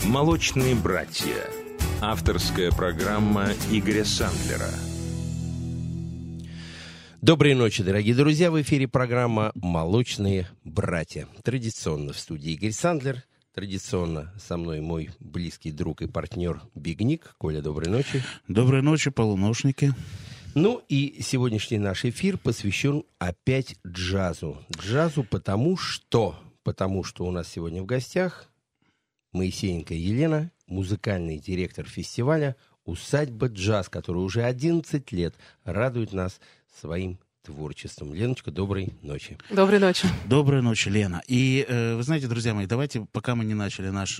«Молочные братья». Авторская программа Игоря Сандлера. Доброй ночи, дорогие друзья. В эфире программа «Молочные братья». Традиционно в студии Игорь Сандлер. Традиционно со мной мой близкий друг и партнер Биг Ник. Коля, доброй ночи. Доброй ночи, полуношники. Ну и сегодняшний наш эфир посвящен опять джазу. Джазу потому что у нас сегодня в гостях Моисеенко Елена, музыкальный директор фестиваля «Усадьба джаз», который уже 11 лет радует нас своим творчеством. Леночка, доброй ночи. Доброй ночи. Доброй ночи, Лена. И вы знаете, друзья мои, давайте, пока мы не начали наш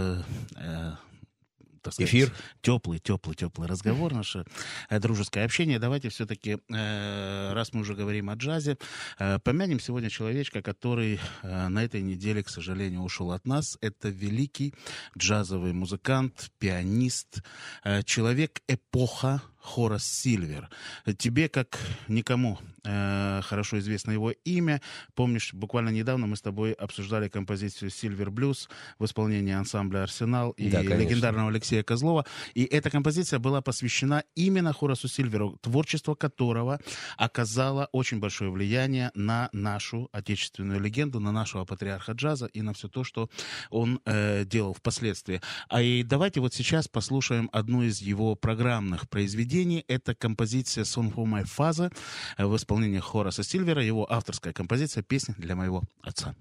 так сказать, эфир, теплый разговор, наше дружеское общение, давайте все-таки, раз мы уже говорим о джазе, помянем сегодня человечка, который на этой неделе, к сожалению, ушел от нас. Это великий джазовый музыкант, пианист, человек-эпоха Хорас Сильвер. Тебе, как никому, хорошо известно его имя. Помнишь, буквально недавно мы с тобой обсуждали композицию «Silver Blues» в исполнении ансамбля «Арсенал» и легендарного Алексея Козлова. И эта композиция была посвящена именно Хорасу Сильверу, творчество которого оказало очень большое влияние на нашу отечественную легенду, на нашего патриарха джаза и на все то, что он делал впоследствии. И давайте вот сейчас послушаем одну из его программных произведений. Это композиция «Song for my father» в исполнении Хораса Сильвера, его авторская композиция «Песня для моего отца».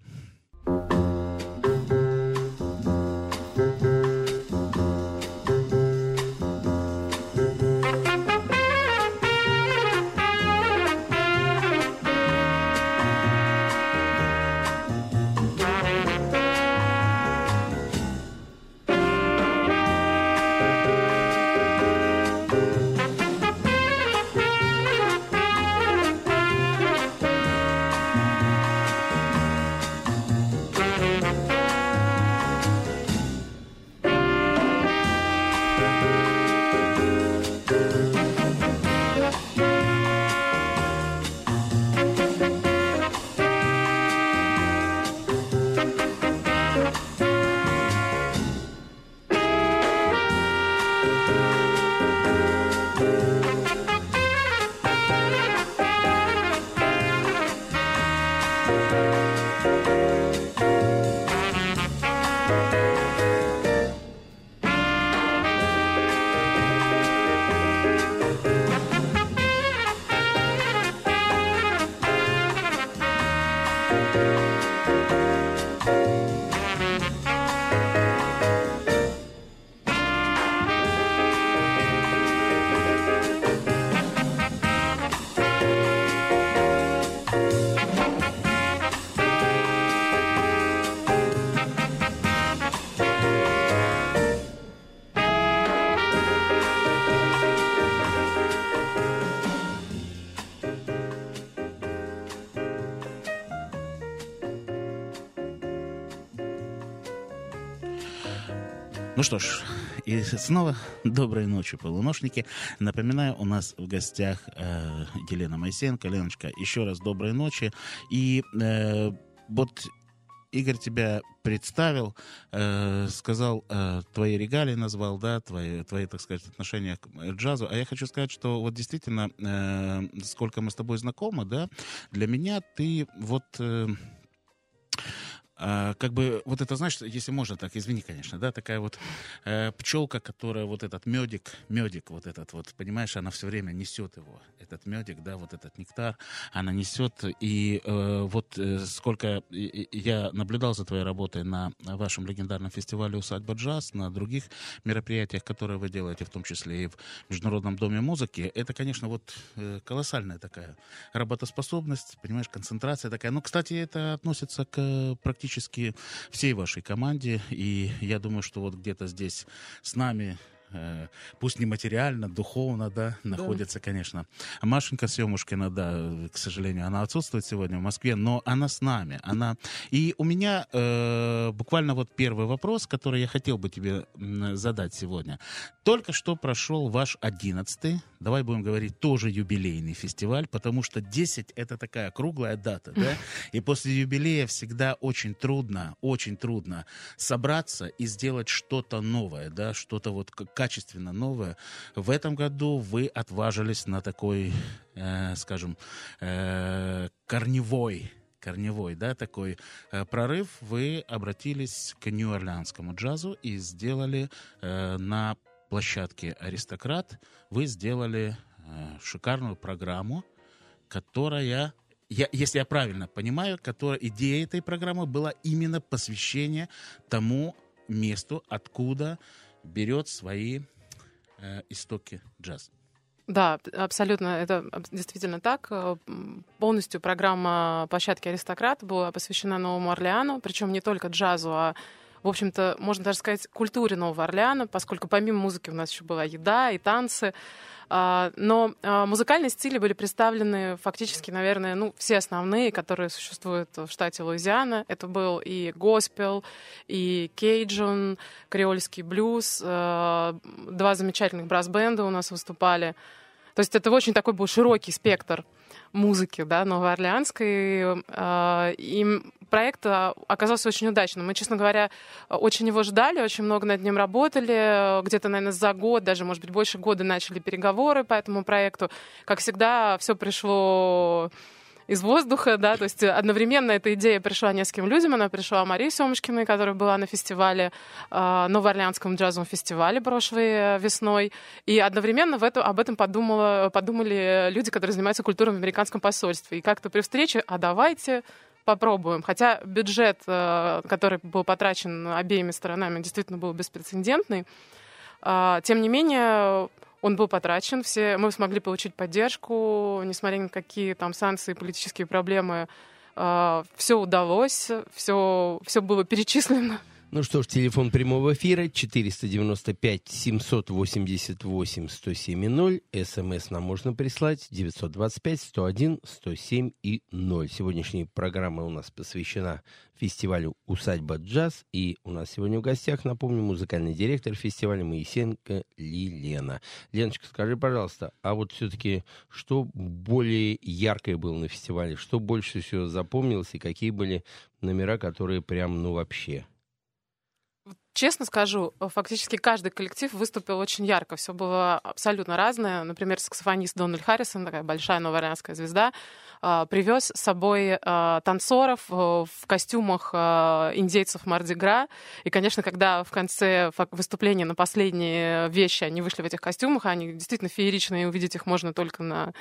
Ну что ж, и снова доброй ночи, полуношники. Напоминаю, у нас в гостях Елена Моисеенко. Леночка, еще раз доброй ночи. И вот Игорь тебя представил, сказал, твои регалии назвал, да, твои, так сказать, отношения к джазу. А я хочу сказать, что вот действительно, сколько мы с тобой знакомы, да, для меня ты вот... как бы, вот это, знаешь, если можно так, извини, конечно, да, такая вот пчелка, которая вот этот медик вот этот вот, понимаешь, она все время несет его, этот медик, да, вот этот нектар, она несет, и вот сколько я наблюдал за твоей работой на вашем легендарном фестивале «Усадьба джаз», на других мероприятиях, которые вы делаете, в том числе и в Международном доме музыки, это, конечно, вот колоссальная такая работоспособность, понимаешь, концентрация такая. Ну, кстати, это относится к практически всей вашей команде, и я думаю, что вот где-то здесь с нами пусть не материально, духовно, да, находится, конечно. Машенька Семушкина, да, к сожалению, она отсутствует сегодня в Москве, но она с нами. И у меня буквально вот первый вопрос, который я хотел бы тебе задать сегодня. Только что прошел ваш 11-й, давай будем говорить, тоже юбилейный фестиваль, потому что 10 — это такая круглая дата, да, и после юбилея всегда очень трудно собраться и сделать что-то новое, да, что-то вот качественно новое. В этом году вы отважились на такой, скажем, корневой, да, такой прорыв. Вы обратились к нью-орлеанскому джазу и сделали на площадке «Аристократ», вы сделали шикарную программу, которая, если я правильно понимаю, идея этой программы была именно посвящение тому месту, откуда берет свои истоки джаз. Да, абсолютно, это действительно так. Полностью программа площадки «Аристократ» была посвящена Новому Орлеану, причем не только джазу, а, в общем-то, можно даже сказать, культуре Нового Орлеана, поскольку помимо музыки у нас еще была еда и танцы. Но музыкальные стили были представлены фактически, наверное, все основные, которые существуют в штате Луизиана. Это был и госпел, и кейджун, креольский блюз. 2 замечательных брас-бенда у нас выступали. То есть это очень такой был широкий спектр музыки, да, новоорлеанской. И проект оказался очень удачным. Мы, честно говоря, очень его ждали, очень много над ним работали. Где-то, наверное, за год, даже, может быть, больше года начали переговоры по этому проекту. Как всегда, все пришло из воздуха, да, то есть одновременно эта идея пришла нескольким людям. Она пришла Марии Семушкиной, которая была на фестивале, Новоорлеанском джазовом фестивале прошлой весной. И одновременно об этом подумали люди, которые занимаются культурой в американском посольстве. И как-то при встрече, давайте попробуем. Хотя бюджет, который был потрачен обеими сторонами, действительно был беспрецедентный. Тем не менее, он был потрачен, мы смогли получить поддержку, несмотря на какие там санкции, политические проблемы, все удалось, все было перечислено. Ну что ж, телефон прямого эфира 495-788-1070. СМС нам можно прислать 925-101-107 и 0. Сегодняшняя программа у нас посвящена фестивалю «Усадьба джаз». И у нас сегодня в гостях, напомню, музыкальный директор фестиваля Моисеенко Елена. Леночка, скажи, пожалуйста, а вот все-таки что более яркое было на фестивале? Что больше всего запомнилось и какие были номера, которые прям, вообще... Честно скажу, фактически каждый коллектив выступил очень ярко. Все было абсолютно разное. Например, саксофонист Дональд Харрисон, такая большая новоорлеанская звезда, привез с собой танцоров в костюмах индейцев Марди-Гра. И, конечно, когда в конце выступления на последние вещи они вышли в этих костюмах, они действительно фееричные, и увидеть их можно только на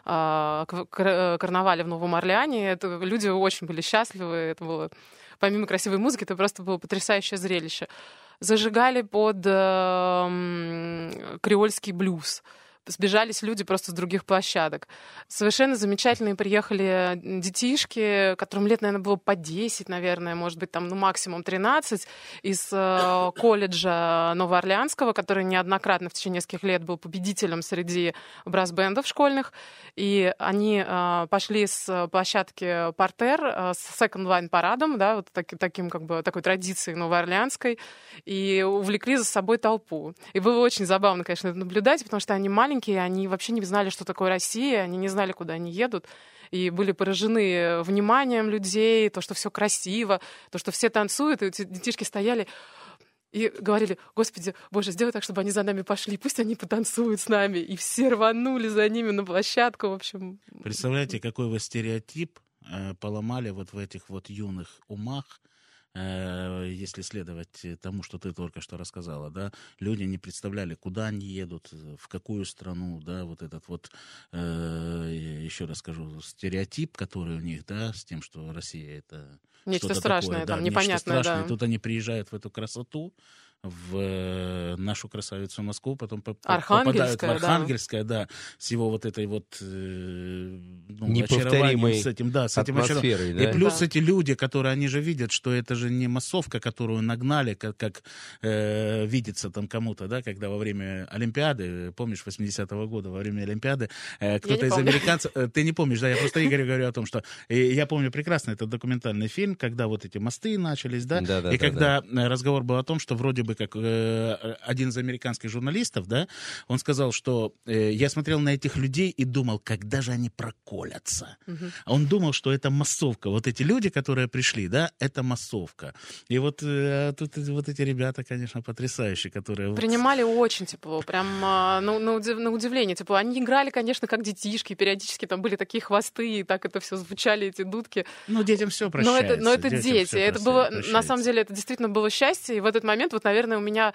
карнавале в Новом Орлеане. Люди очень были счастливы. Это было... Помимо красивой музыки, это просто было потрясающее зрелище. Зажигали под креольский блюз. Сбежались люди просто с других площадок. Совершенно замечательные приехали детишки, которым лет, наверное, было по 10, наверное, может быть, там, максимум 13, из колледжа Новоорлеанского, который неоднократно в течение нескольких лет был победителем среди брас-бендов школьных. И они пошли с площадки Партер с Second Line парадом, да, вот таким, как бы, такой традицией новоорлеанской, и увлекли за собой толпу. И было очень забавно, конечно, это наблюдать, потому что они маленькие, они вообще не знали, что такое Россия, они не знали, куда они едут, и были поражены вниманием людей, то, что все красиво, то, что все танцуют, и эти детишки стояли и говорили: Господи, Боже, сделай так, чтобы они за нами пошли, пусть они потанцуют с нами. И все рванули за ними на площадку, в общем. Представляете, какой вы стереотип поломали вот в этих вот юных умах, если следовать тому, что ты только что рассказала, да, люди не представляли, куда они едут, в какую страну, да, вот этот вот, еще раз скажу, стереотип, который у них, да, с тем, что Россия — это нечто что-то страшное, такое, там, да, непонятное, нечто страшное. Да. Тут они приезжают в эту красоту, в нашу красавицу Москву, потом Архангельская, попадают в Архангельское, да, с его вот этой вот неповторимой с этим, да, с этим атмосферой, да? И плюс Да. эти люди, которые, они же видят, что это же не массовка, которую нагнали, как видится там кому-то, да, когда во время Олимпиады, помнишь, 80-го года, во время Олимпиады, кто-то из помню. американцев, ты не помнишь, да, я просто Игорю говорю о том, что я помню прекрасно этот документальный фильм, когда вот эти мосты начались, да, Да-да-да-да. и когда разговор был о том, что вроде бы как один из американских журналистов, да, он сказал, что я смотрел на этих людей и думал, когда же они проколятся. Он думал, что это массовка. Вот эти люди, которые пришли, да, это массовка. И вот тут вот эти ребята, конечно, потрясающие, которые... Принимали очень тепло, прям на удивление тепло. Они играли, конечно, как детишки, периодически там были такие хвосты, и так это все звучали, эти дудки. Ну, детям все прощается. Но это детям дети. всё Это было, прощается. на самом деле, это действительно было счастье. И в этот момент, вот, наверное, у меня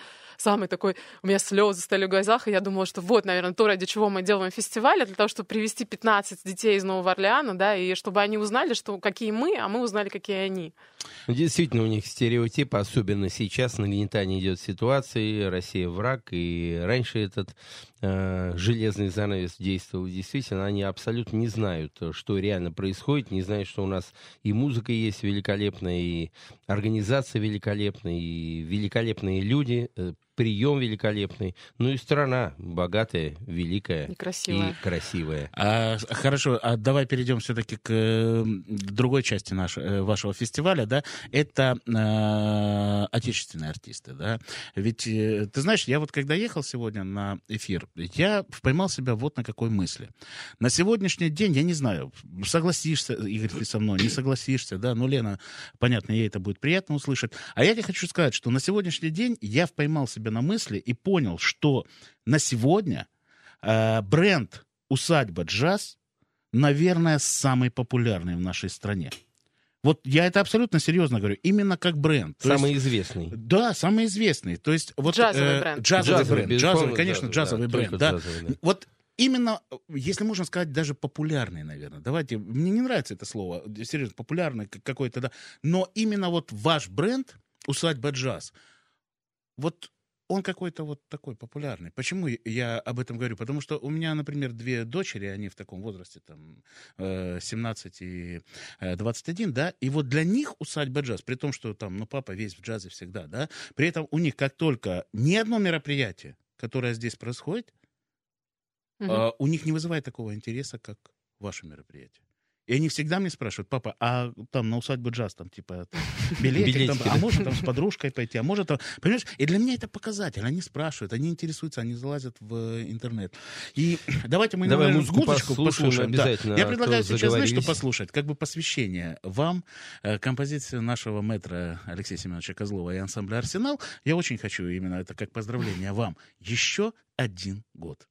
слезы стали в глазах, и я думала, что вот, наверное, то, ради чего мы делаем фестиваль, для того, чтобы привести 15 детей из Нового Орлеана, да, и чтобы они узнали, что какие мы, а мы узнали, какие они. Действительно, у них стереотипы, особенно сейчас нагнетание идет ситуации, Россия враг, и раньше этот железный занавес действовал. Действительно, они абсолютно не знают, что реально происходит, не знают, что у нас и музыка есть великолепная, и организация великолепная, и великолепные люди, прием великолепный, ну и страна богатая, великая И красивая. красивая. Хорошо, давай перейдем все-таки к другой части вашего фестиваля, да, это отечественные артисты, да, ведь, ты знаешь, я вот когда ехал сегодня на эфир, я поймал себя вот на какой мысли. На сегодняшний день, я не знаю, согласишься, Игорь, ты со мной, не согласишься, да, ну, Лена, понятно, ей это будет приятно услышать, а я тебе хочу сказать, что на сегодняшний день я поймал себя на мысли и понял, что на сегодня бренд «Усадьба Джаз», наверное, самый популярный в нашей стране. Вот я это абсолютно серьезно говорю, именно как бренд. Самый известный. Да, самый известный. То есть вот Джазовый бренд. Джазовый, конечно, джазовый бренд. Да. Джазовый, да. Вот именно, если можно сказать, даже популярный, наверное. Давайте, мне не нравится это слово, серьезно, популярный какой-то, да. Но именно вот ваш бренд «Усадьба Джаз», вот он какой-то вот такой популярный. Почему я об этом говорю? Потому что у меня, например, 2 дочери, они в таком возрасте, там, 17 и 21, да, и вот для них «Усадьба Джаз», при том, что там, ну, папа весь в джазе всегда, да, при этом у них как только ни одно мероприятие, которое здесь происходит, у них не вызывает такого интереса, как ваше мероприятие. И они всегда мне спрашивают: папа, а там на «Усадьбу Джаз» там типа билетик, там, а может там с подружкой пойти, а может там, понимаешь? И для меня это показатель. Они спрашивают, они интересуются, они залазят в интернет. И давайте мы музычку послушаем. Обязательно. Да. Я предлагаю сейчас, знаешь, что послушать? Как бы посвящение вам, композицию нашего мэтра Алексея Семеновича Козлова и ансамбля «Арсенал». Я очень хочу именно это как поздравление вам. Еще 1 год.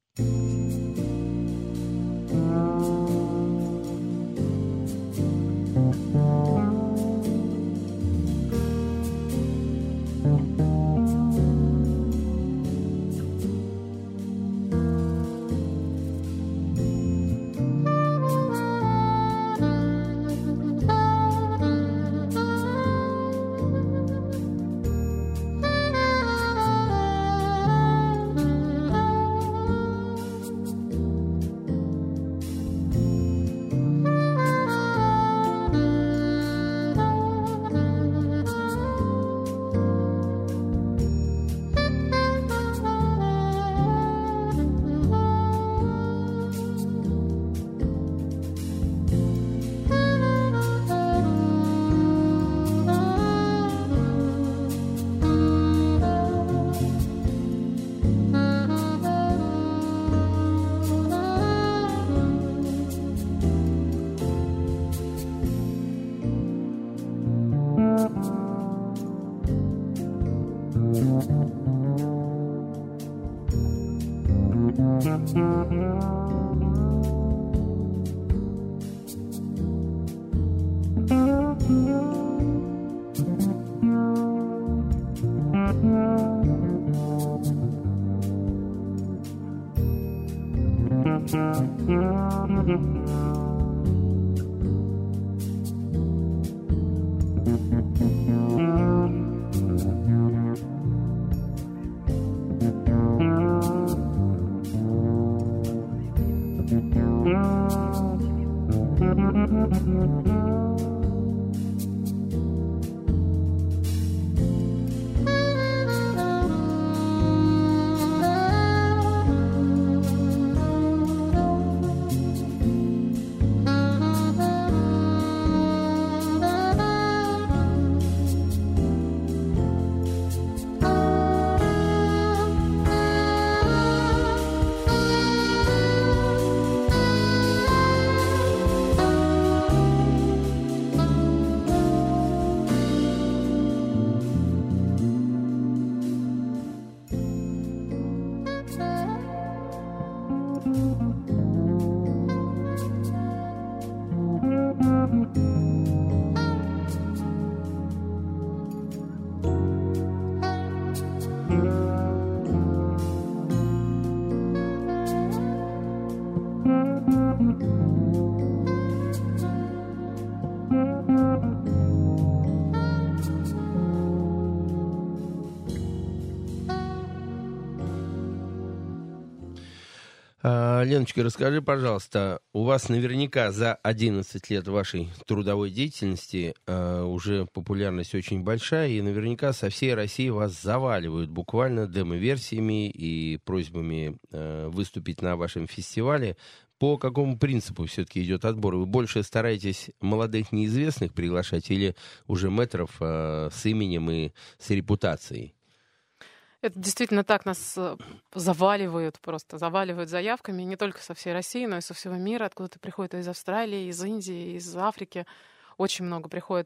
Леночка, расскажи, пожалуйста, у вас наверняка за 11 лет вашей трудовой деятельности уже популярность очень большая, и наверняка со всей России вас заваливают буквально демо-версиями и просьбами выступить на вашем фестивале. По какому принципу все-таки идет отбор? Вы больше стараетесь молодых неизвестных приглашать или уже мэтров с именем и с репутацией? Это действительно так, нас заваливают заявками, не только со всей России, но и со всего мира, откуда-то приходят из Австралии, из Индии, из Африки. Очень много приходит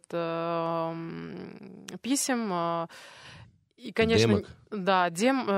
писем. И, конечно, Демок. Да,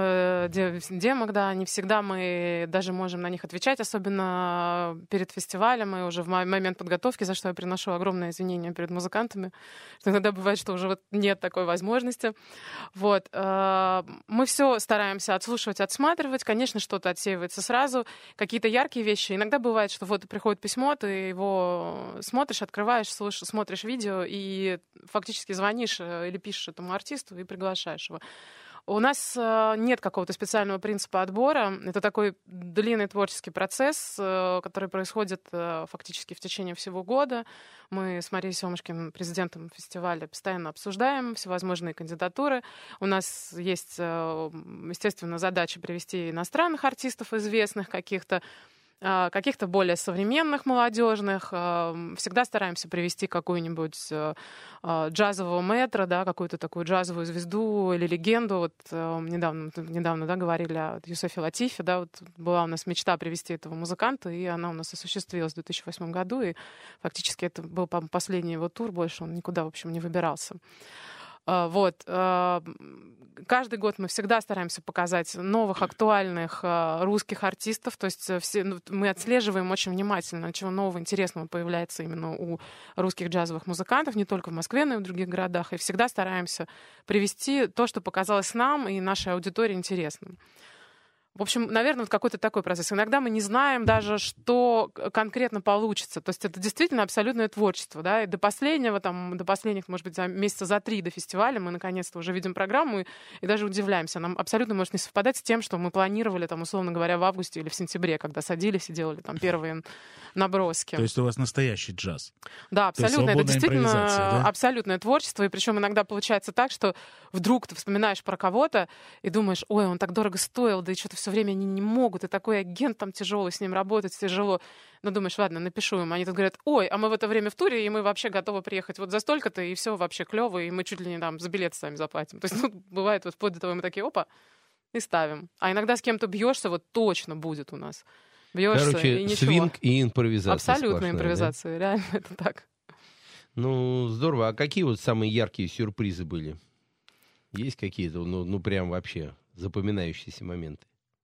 демок, да, не всегда мы даже можем на них отвечать, особенно перед фестивалем и уже в момент подготовки, за что я приношу огромное извинение перед музыкантами. Иногда бывает, что уже вот нет такой возможности. Вот. Мы все стараемся отслушивать, отсматривать. Конечно, что-то отсеивается сразу. Какие-то яркие вещи. Иногда бывает, что вот приходит письмо, ты его смотришь, открываешь, смотришь видео и фактически звонишь или пишешь этому артисту и приглашаешь его. У нас нет какого-то специального принципа отбора. Это такой длинный творческий процесс, который происходит фактически в течение всего года. Мы с Марией Семушкиным, президентом фестиваля, постоянно обсуждаем всевозможные кандидатуры. У нас есть, естественно, задача привести иностранных артистов, известных каких-то более современных, молодежных. Всегда стараемся привести какую-нибудь джазового мэтра, да, какую-то такую джазовую звезду или легенду. Вот недавно да, говорили о Юсефе Латифе. Да, вот была у нас мечта привести этого музыканта, и она у нас осуществилась в 2008 году. И фактически это был, по-моему, последний его тур. Больше он никуда, в общем, не выбирался. Вот. Каждый год мы всегда стараемся показать новых, актуальных русских артистов. То есть мы отслеживаем очень внимательно, чего нового, интересного появляется именно у русских джазовых музыкантов, не только в Москве, но и в других городах. И всегда стараемся привести то, что показалось нам и нашей аудитории интересным. В общем, наверное, вот какой-то такой процесс. Иногда мы не знаем даже, что конкретно получится. То есть это действительно абсолютное творчество. Да? И до последних, может быть, месяца за 3 до фестиваля мы наконец-то уже видим программу и даже удивляемся. Нам абсолютно может не совпадать с тем, что мы планировали, там, условно говоря, в августе или в сентябре, когда садились и делали там первые наброски. То есть у вас настоящий джаз? Да, абсолютно. Это действительно да? абсолютное творчество. И причем иногда получается так, что вдруг ты вспоминаешь про кого-то и думаешь, ой, он так дорого стоил, да и что-то все время они не могут, и такой агент там тяжелый, с ним работать тяжело. Но думаешь, ладно, напишу им. Они тут говорят, ой, а мы в это время в туре, и мы вообще готовы приехать вот за столько-то, и все вообще клево, и мы чуть ли не там за билет сами заплатим. То есть, бывает вот вплоть до того, мы такие, опа, и ставим. А иногда с кем-то бьешься, вот точно будет у нас. Бьешься, короче, и ничего. свинг и импровизация. Абсолютная импровизация, да? Реально это так. Ну, здорово. А какие вот самые яркие сюрпризы были? Есть какие-то, ну прям вообще запоминающиеся моменты?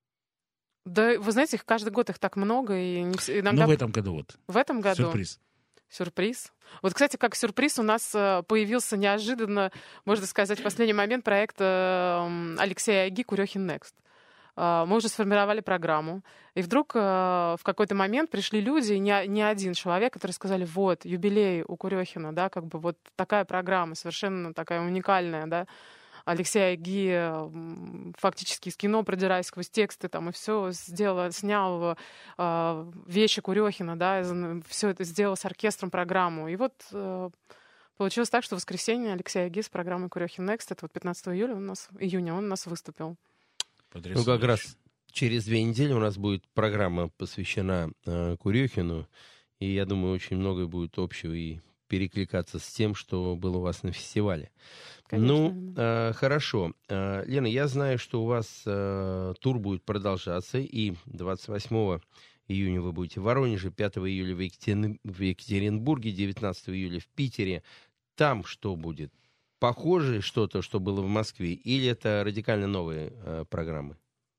Да, вы знаете, каждый год их так много, и иногда... Ну, в этом году вот. В этом году? Сюрприз. Вот, кстати, как сюрприз у нас появился неожиданно, можно сказать, в последний момент проект Алексея Айги «Курехин Next». Мы уже сформировали программу, и вдруг в какой-то момент пришли люди, не один человек, которые сказали, вот, юбилей у Курехина, да, как бы вот такая программа, совершенно такая уникальная, да, Алексей Айги фактически из кино, продираясь сквозь тексты, там, и все снял вещи Курехина, да, все это сделал с оркестром программу. И вот получилось так, что в воскресенье Алексей Айги с программой «Курехин Next», это вот 15 июня он у нас выступил. Ну, как раз через 2 недели у нас будет программа, посвящена Курехину, и я думаю, очень многое будет общего и перекликаться с тем, что было у вас на фестивале. Конечно. Хорошо. Лена, я знаю, что у вас тур будет продолжаться, и 28 июня вы будете в Воронеже, 5 июля в Екатеринбурге, 19 июля в Питере. Там что будет? Похоже что-то, что было в Москве, или это радикально новые программы?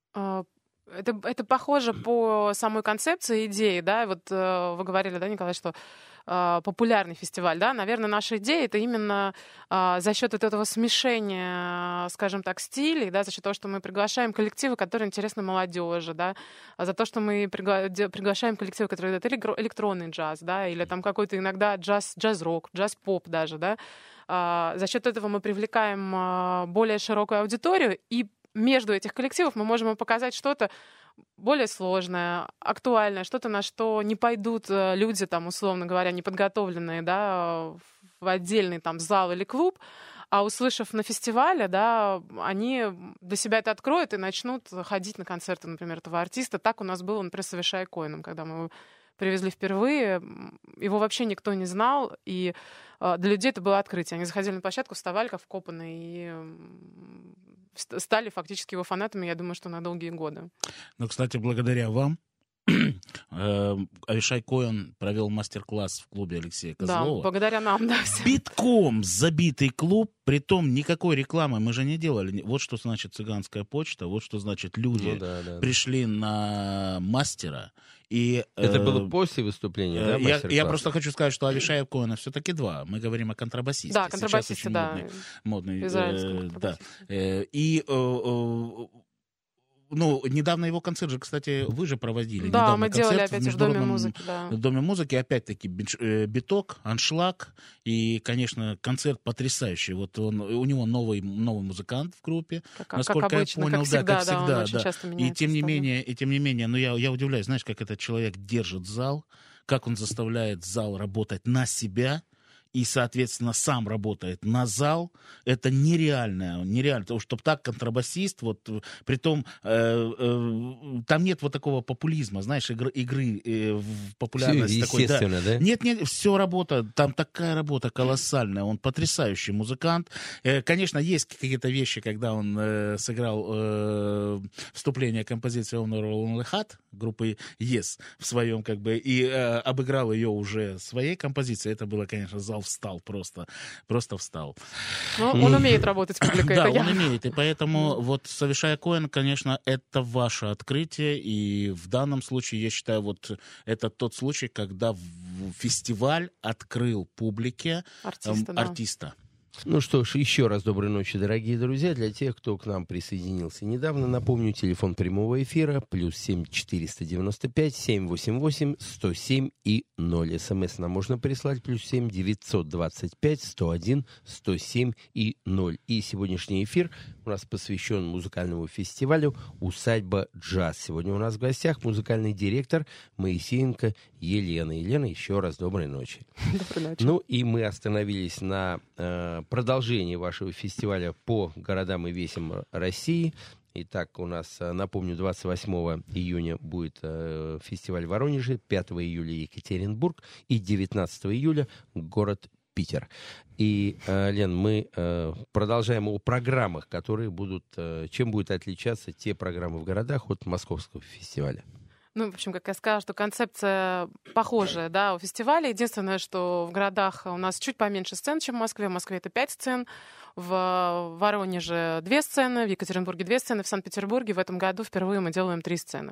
Это похоже по самой концепции, идеи, да, вот вы говорили, да, Николай, что популярный фестиваль, да, наверное, наша идея это именно за счет вот этого смешения, скажем так, стилей, да, за счет того, что мы приглашаем коллективы, которые интересны молодежи, да, за то, что мы приглашаем коллективы, которые это электронный джаз, да, или там какой-то иногда джаз-рок, джаз-поп даже, да, за счет этого мы привлекаем более широкую аудиторию, и между этих коллективов мы можем показать что-то более сложное, актуальное, что-то, на что не пойдут люди, там, условно говоря, неподготовленные, да, в отдельный там зал или клуб, а услышав на фестивале, да, они для себя это откроют и начнут ходить на концерты, например, этого артиста. Так у нас было, например, с Авишай Коэном, когда мы его привезли впервые, его вообще никто не знал, и для людей это было открытие. Они заходили на площадку, вставали как вкопанные и стали фактически его фанатами, я думаю, что на долгие годы. Ну, кстати, благодаря вам Авишай Коэн провел мастер-класс в клубе Алексея Козлова. Да, благодаря нам, да. Битком забитый клуб, притом никакой рекламы мы же не делали. Вот что значит цыганская почта, вот что значит люди пришли на мастера. И, это было после выступления, да, мастер-класса? Я просто хочу сказать, что Авишая Коэна все-таки два. Мы говорим о контрабасисте. Да, контрабасисте, да. Модный. Да. И недавно его концерт же, кстати, вы же проводили. Да, недавно мы делали опять в Доме музыки. Да. В Доме музыки, опять-таки, биток, аншлаг. И, конечно, концерт потрясающий. Вот у него новый музыкант в группе. Насколько обычно, я понял, как всегда, как всегда. Он очень часто меняется. И тем не менее, но я удивляюсь, знаешь, как этот человек держит зал, как он заставляет зал работать на себя. И, соответственно, сам работает на зал, это нереально, потому что так контрабасист, вот, притом там нет вот такого популизма, знаешь, игры в популярность. Все естественно, такой, да? Нет, все работа, там такая работа колоссальная, он потрясающий музыкант. Конечно, есть какие-то вещи, когда он сыграл вступление композиции «On a Lonely Heart» группы Yes в своем, как бы, и обыграл ее уже своей композицией, это было, конечно, зал встал, просто встал. Но он умеет работать с публикой. Да, он умеет, и поэтому вот с Авишай Коэн, конечно, это ваше открытие, и в данном случае, я считаю, вот это тот случай, когда фестиваль открыл публике артиста. Ну что ж, еще раз доброй ночи, дорогие друзья. Для тех, кто к нам присоединился недавно, напомню, телефон прямого эфира +7 495 788 107 и 0. СМС нам можно прислать +7 925 101 107 и 0. И сегодняшний эфир у нас посвящен музыкальному фестивалю «Усадьба Джаз». Сегодня у нас в гостях музыкальный директор Моисеенко Елена. Елена, еще раз доброй ночи. Доброй ночи. Ну и мы остановились на продолжение вашего фестиваля по городам и весям России. Итак, у нас, напомню, 28 июня будет фестиваль в Воронеже, 5 июля Екатеринбург и 19 июля город Питер. И, Лен, мы продолжаем о программах, которые будут... Чем будут отличаться те программы в городах от московского фестиваля? Ну, в общем, как я сказала, что концепция похожая, да, у фестиваля. Единственное, что в городах у нас чуть поменьше сцен, чем в Москве. В Москве это 5 сцен, в Воронеже 2 сцены, в Екатеринбурге 2 сцены, в Санкт-Петербурге в этом году впервые мы делаем 3 сцены.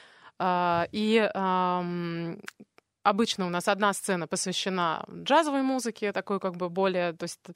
Обычно у нас одна сцена посвящена джазовой музыке, такой как бы более, то есть,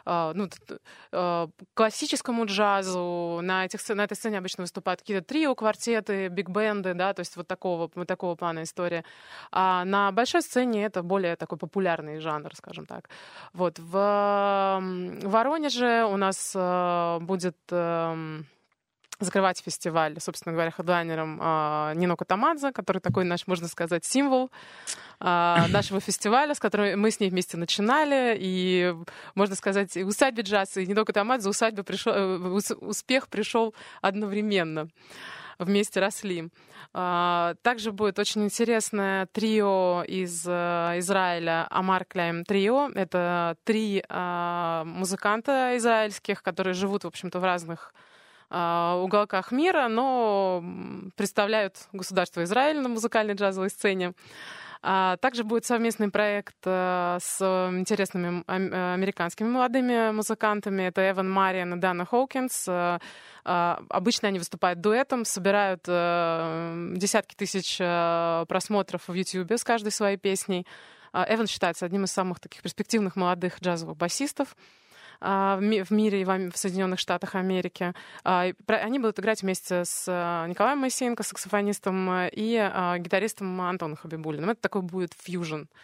классическому джазу. На этой сцене обычно выступают какие-то трио, квартеты, биг-бенды, да, то есть вот такого плана история. А на большой сцене это более такой популярный жанр, скажем так. Вот. В Воронеже у нас будет... закрывать фестиваль, собственно говоря, хедлайнером Нино Катамадзе, который такой наш, можно сказать, символ нашего фестиваля, с которым мы с ней вместе начинали. И, можно сказать, и усадьбе джаз, и Нино Катамадзе успех пришел одновременно. Вместе росли. Также будет очень интересное трио из Израиля, Амар Клайм трио. Это 3 музыканта израильских, которые живут, в общем-то, в разных уголках мира, но представляют государство Израиль на музыкальной джазовой сцене. Также будет совместный проект с интересными американскими молодыми музыкантами. Это Эван Мариан и Дана Хоукинс. Обычно они выступают дуэтом, собирают десятки тысяч просмотров в YouTube с каждой своей песней. Эван считается одним из самых таких перспективных молодых джазовых басистов в мире и в Соединенных Штатах Америки. Они будут играть вместе с Николаем Моисеенко, саксофонистом, и гитаристом Антоном Хабибулиным. Это такой будет фьюжн.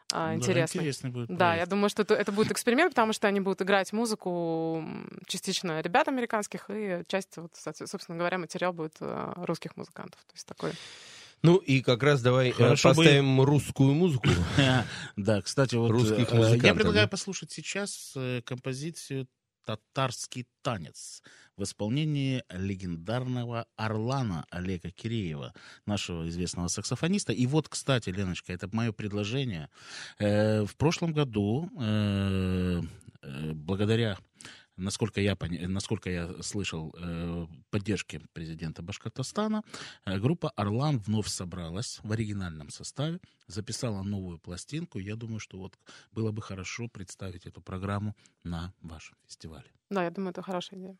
интересный. Интересный будет Да, проект. я думаю, что это будет эксперимент, потому что они будут играть музыку частично ребят американских, и часть, вот, собственно говоря, материал будет русских музыкантов. То есть такой... Ну и как раз давай Хорошо поставим русскую музыку. Да, кстати, вот Русских я музыкантов, предлагаю да? послушать сейчас композицию «Татарский танец» в исполнении легендарного Орлана Олега Киреева, нашего известного саксофониста. И вот, кстати, Леночка, это мое предложение. В прошлом году, благодаря, насколько я слышал, поддержке президента Башкортостана, группа «Орлан» вновь собралась в оригинальном составе, записала новую пластинку. Я думаю, что вот было бы хорошо представить эту программу на вашем фестивале. Да, я думаю, это хорошая идея.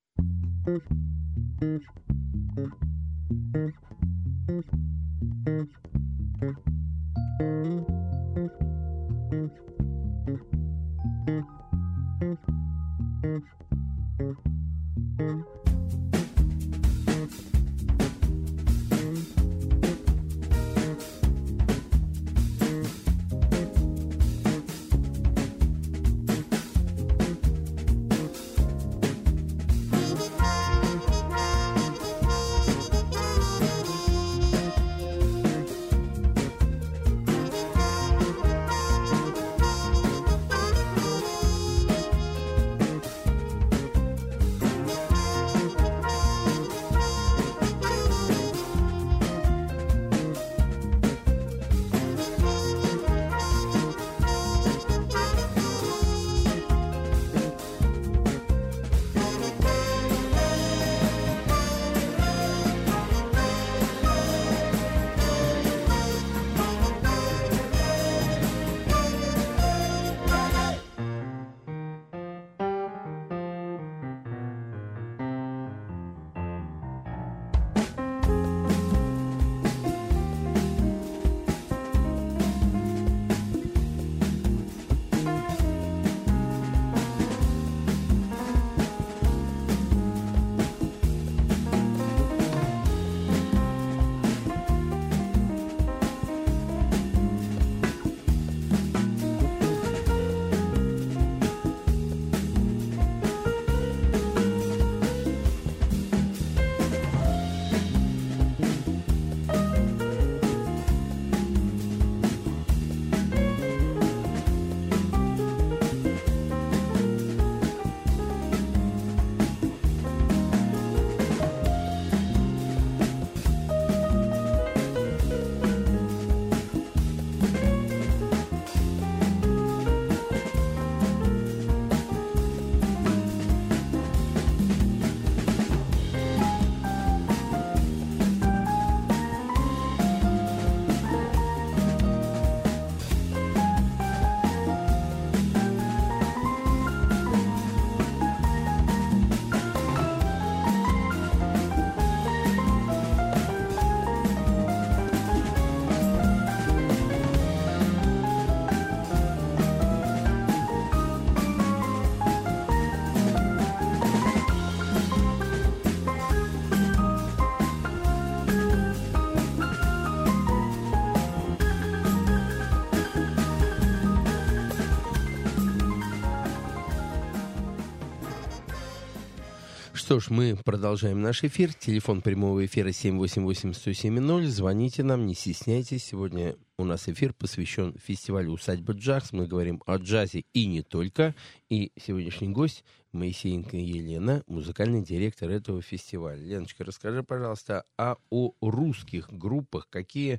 Что ж, мы продолжаем наш эфир. Телефон прямого эфира 788-107-0. Звоните нам, не стесняйтесь. Сегодня у нас эфир посвящен фестивалю «Усадьба Джаз». Мы говорим о джазе и не только. И сегодняшний гость Моисеенко Елена, музыкальный директор этого фестиваля. Леночка, расскажи, пожалуйста, о русских группах. Какие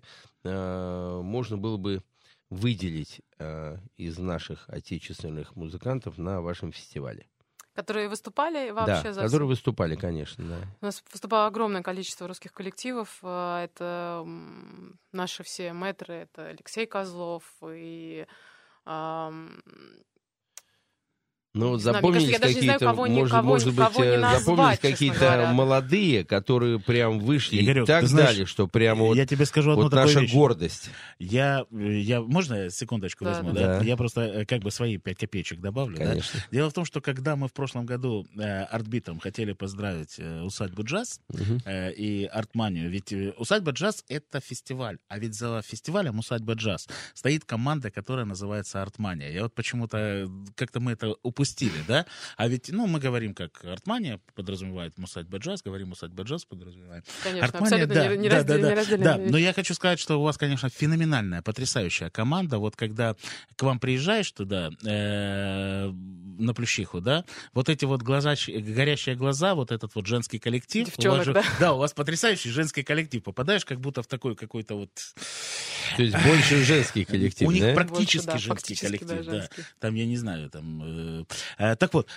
можно было бы выделить из наших отечественных музыкантов на вашем фестивале? Которые выступали вообще? Да, которые выступали, конечно, да. У нас выступало огромное количество русских коллективов. Это наши все мэтры, это Алексей Козлов и... Ну, вот Не знаю, мне кажется, запомнились я даже не знаю, какие-то, кого не может быть, назвать, запомнились честно какие-то говоря. молодые, которые прям вышли Игорек, и так ты знаешь, дали, что прямо вот, я тебе скажу одну вот такую наша вещь. гордость. Можно я секундочку Да, возьму? да. Да? Я просто как бы свои 5 копеечек добавлю. Да? Конечно. Дело в том, что когда мы в прошлом году Артбитом хотели поздравить усадьбу «Джаз» и Артманию, ведь усадьба «Джаз» — это фестиваль, а ведь за фестивалем усадьба «Джаз» стоит команда, которая называется «Артмания». Я вот почему-то как-то мы это упустили, да? А ведь, мы говорим как «Артмания», подразумевает усадьба «Джаз», говорим «усадьба «Джаз», подразумеваем. Конечно, Артмания, абсолютно нераздельная да. вещь. Но я хочу сказать, что у вас, конечно, феноменальная, потрясающая команда. Вот когда к вам приезжаешь туда, на Плющиху, да, вот эти вот горящие глаза, вот этот вот женский коллектив. Девчонок, у вас же, да? Да, у вас потрясающий женский коллектив. Попадаешь как будто в такой какой-то вот... То есть больше женский коллектив, У них да? практически Больше, да, женский фактически, коллектив, да, да. женский. Там, я не знаю, там... Так вот,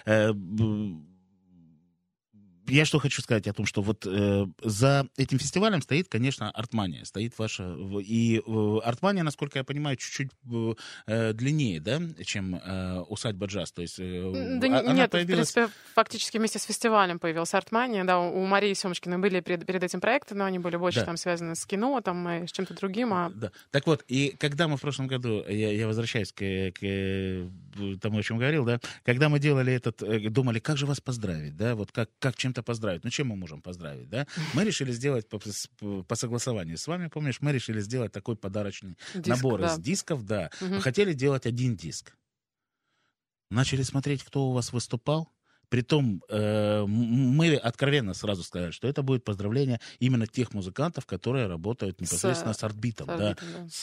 я что хочу сказать о том, что вот за этим фестивалем стоит, конечно, Артмания, стоит ваша... И Артмания, насколько я понимаю, чуть-чуть длиннее, да, чем усадьба «Джаз». То есть Да она нет, появилась... в принципе, фактически вместе с фестивалем появился Артмания. Да, у Марии Семочкиной были перед этим проекты, но они были больше Да. там связаны с кино там, и с чем-то другим. Да. Так вот, и когда мы в прошлом году, я возвращаюсь к тому, о чем говорил, да, когда мы делали думали, как же вас поздравить, да, вот как чем-то поздравить. Ну, чем мы можем поздравить, да? Мы решили сделать по согласованию с вами, помнишь, мы решили сделать такой подарочный набор из дисков, да. Мы хотели делать один диск. Начали смотреть, кто у вас выступал. Притом мы откровенно сразу сказали, что это будет поздравление именно тех музыкантов, которые работают непосредственно с Артбитом, да,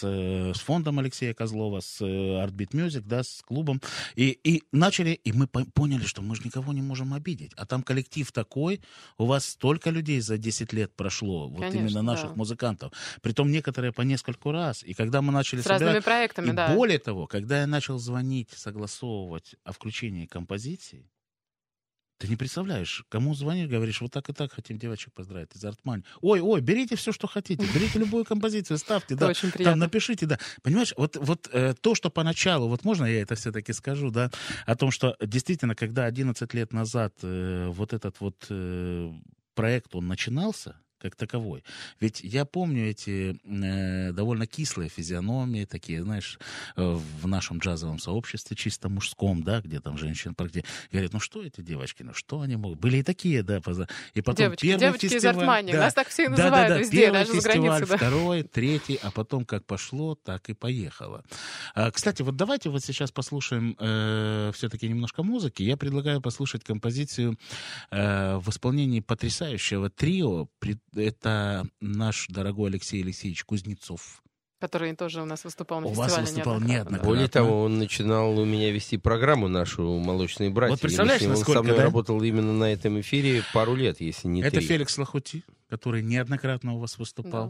с фондом Алексея Козлова, с Артбит Music, да, с клубом. И начали, и мы поняли, что мы же никого не можем обидеть. А там коллектив такой, у вас столько людей за 10 лет прошло, вот Конечно, именно наших музыкантов. Притом некоторые по нескольку раз. И когда мы начали с разными проектами, и да. более того, когда я начал звонить, согласовывать о включении композиций, ты не представляешь, кому звонишь, говоришь, вот так и так хотим девочек поздравить из Артмани. Ой, берите все, что хотите, берите любую композицию, ставьте, да, очень приятно. там напишите, да. Понимаешь, вот то, что поначалу, вот можно я это все-таки скажу, да, о том, что действительно, когда 11 лет назад вот этот вот проект, он начинался, как таковой. Ведь я помню эти довольно кислые физиономии, такие, знаешь, в нашем джазовом сообществе, чисто мужском, да, где там женщины говорят, ну что эти девочки, ну что они могут? Были и такие, да. И потом девочки из Артмании, да, нас так все и называют везде, первый даже за фестиваль, границей. Да. второй, третий, а потом как пошло, так и поехало. Кстати, вот давайте вот сейчас послушаем все-таки немножко музыки. Я предлагаю послушать композицию в исполнении потрясающего трио. Это наш дорогой Алексей Алексеевич Кузнецов. Который тоже у нас выступал на У фестивале. вас выступал неоднократно. Более того, он начинал у меня вести программу нашу «Молочные братья». Вот представляешь, он насколько, со мной да? работал именно на этом эфире пару лет, если не Это 3. Феликс Лахути, который неоднократно у вас выступал. Да.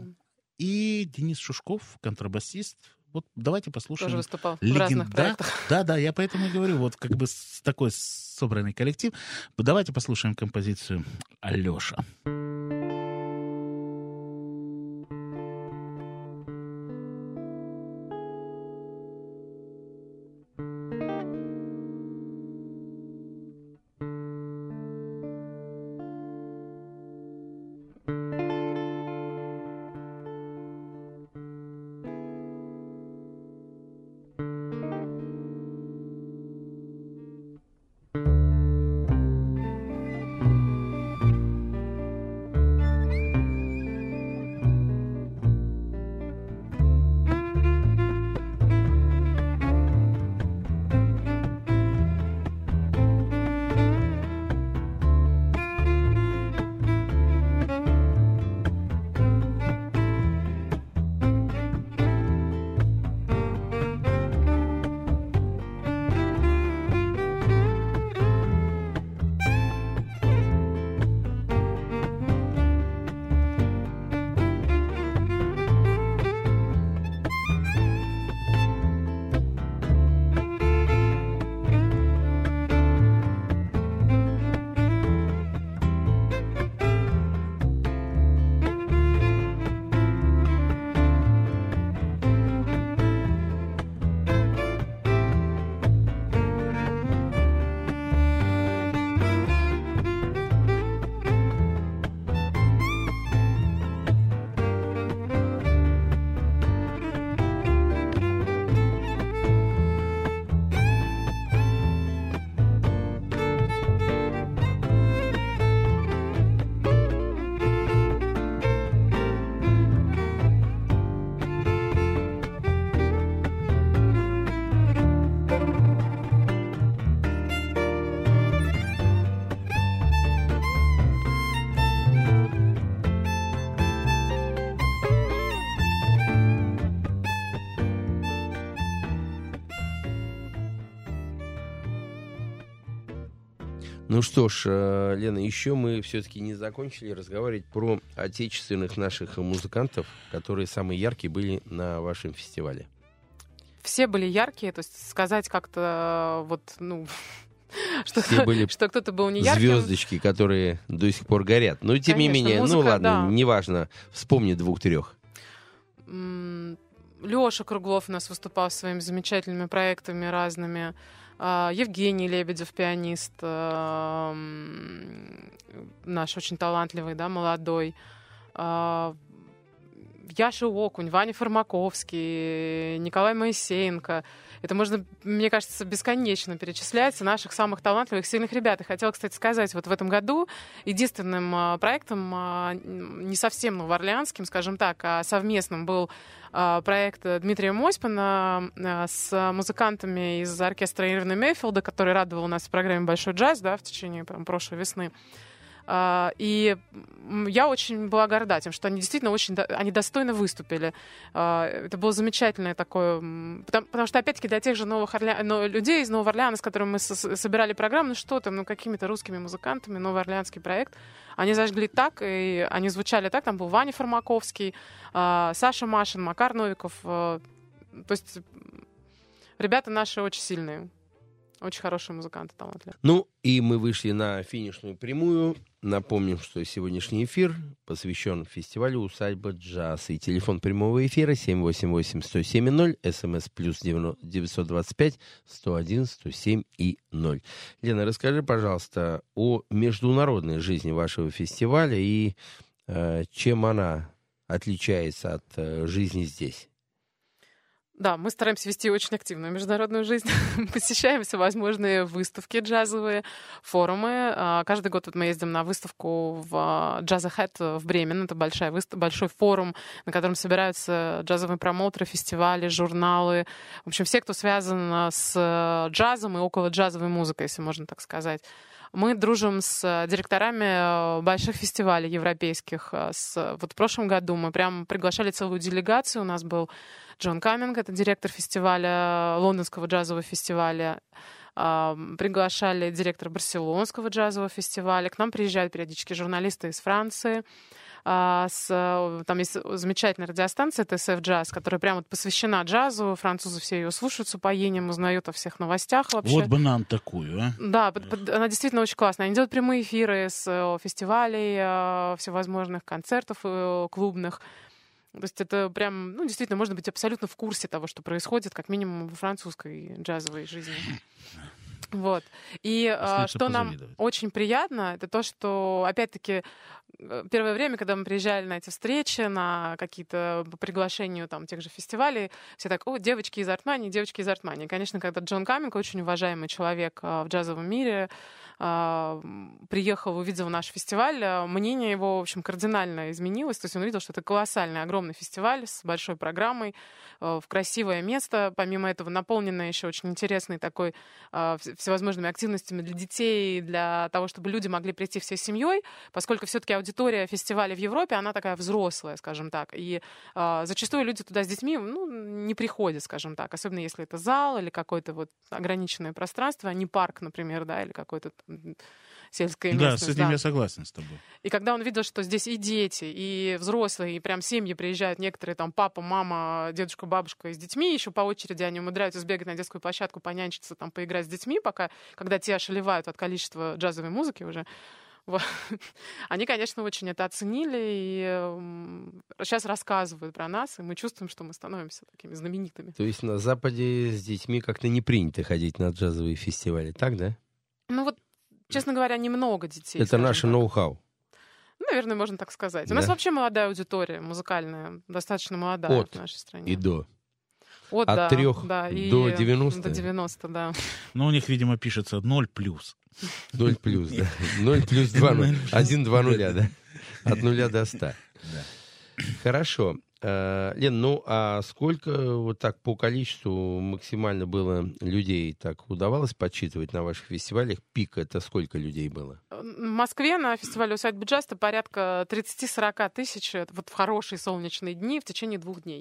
И Денис Шушков, контрабасист. Вот давайте послушаем. Тоже выступал в разных проектах. Да, я поэтому и говорю, вот как бы такой собранный коллектив. Давайте послушаем композицию «Алеша». Ну что ж, Лена, еще мы все-таки не закончили разговаривать про отечественных наших музыкантов, которые самые яркие были на вашем фестивале. Все были яркие, то есть сказать как-то вот, ну, что кто-то был не ярким. Звездочки, которые до сих пор горят. Но тем не менее, музыка, ну ладно, да. неважно, вспомни 2-3. Лёша Круглов у нас выступал своими замечательными проектами разными. Евгений Лебедев, пианист, наш очень талантливый, да, молодой. Яша Окунь, Ваня Фармаковский, Николай Моисеенко. Это можно, мне кажется, бесконечно перечислять наших самых талантливых, сильных ребят. И хотела, кстати, сказать, вот в этом году единственным проектом, не совсем новоорлеанским, скажем так, а совместным был проект Дмитрия Мосьпана с музыкантами из оркестра Ирвина Мейфилда, который радовал нас в программе «Большой джаз», да, в течение прошлой весны. И я очень была горда тем, что они действительно они достойно выступили. Это было замечательное такое... Потому что, опять-таки, для тех же людей из Нового Орлеана, с которыми мы собирали программу, ну что там, какими-то русскими музыкантами, новоорлеанский проект, они зажгли так, и они звучали так. Там был Ваня Фармаковский, Саша Машин, Макар Новиков. То есть ребята наши очень сильные. Очень хорошие музыканты, талантливые. Ну, и мы вышли на финишную прямую. Напомним, что сегодняшний эфир посвящен фестивалю «Усадьба джаз». И телефон прямого эфира 788-107-0, смс плюс 925-101-107-0. Лена, расскажи, пожалуйста, о международной жизни вашего фестиваля и чем она отличается от жизни здесь. Да, мы стараемся вести очень активную международную жизнь. Посещаем всевозможные выставки джазовые, форумы. Каждый год вот мы ездим на выставку в Jazz Ahead в Бремен. Это большой форум, на котором собираются джазовые промоутеры, фестивали, журналы. В общем, все, кто связан с джазом и около джазовой музыкой, если можно так сказать. Мы дружим с директорами больших фестивалей европейских. Вот в прошлом году мы прям приглашали целую делегацию. У нас был Джон Каминг, это директор фестиваля, лондонского джазового фестиваля. Приглашали директора барселонского джазового фестиваля. К нам приезжают периодически журналисты из Франции. Там есть замечательная радиостанция TSF Jazz, которая прямо посвящена джазу. Французы все ее слушают с упоением, узнают о всех новостях вообще. Вот бы нам такую, а? Да, она действительно очень классная. Они делают прямые эфиры с фестивалей, всевозможных концертов клубных. То есть это прям, действительно, можно быть абсолютно в курсе того, что происходит, как минимум во французской джазовой жизни. Вот. И что нам очень приятно, это то, что, опять-таки, первое время, когда мы приезжали на эти встречи, на какие-то по приглашению там, тех же фестивалей, все так, девочки из Артмании, девочки из Артмании. Конечно, когда Джон Каминг, очень уважаемый человек в джазовом мире, приехал, увидел наш фестиваль, мнение его, в общем, кардинально изменилось. То есть он увидел, что это колоссальный, огромный фестиваль с большой программой, в красивое место. Помимо этого, наполненное еще очень интересной такой всевозможными активностями для детей, для того, чтобы люди могли прийти всей семьей, поскольку все-таки аудитория фестиваля в Европе, она такая взрослая, скажем так. И зачастую люди туда с детьми не приходят, скажем так. Особенно если это зал или какое-то вот ограниченное пространство, а не парк, например, да, или какой-то сельская местность. Да, с этим я согласен с тобой. И когда он видел, что здесь и дети, и взрослые, и прям семьи приезжают, некоторые там папа, мама, дедушка, бабушка с детьми, еще по очереди они умудряются сбегать на детскую площадку, понянчиться, там, поиграть с детьми, когда те ошалевают от количества джазовой музыки уже. Вот. Они, конечно, очень это оценили и сейчас рассказывают про нас, и мы чувствуем, что мы становимся такими знаменитыми. То есть на Западе с детьми как-то не принято ходить на джазовые фестивали, так, да? Честно говоря, немного детей. Это наше ноу-хау. Наверное, можно так сказать. Да. У нас вообще молодая аудитория музыкальная, достаточно молодая в нашей стране. И до. От 3 до 90? До 90, да. Но у них, видимо, пишется 0+. 0+, да. 0 плюс 2, 1, 2 нуля, да? От 0 до 100. Да. Хорошо. Лен, а сколько вот так по количеству максимально было людей, так удавалось подсчитывать на ваших фестивалях? Пик — это сколько людей было? В Москве на фестивале «Усадьба джаз» порядка 30-40 тысяч вот в хорошие солнечные дни в течение 2 дней.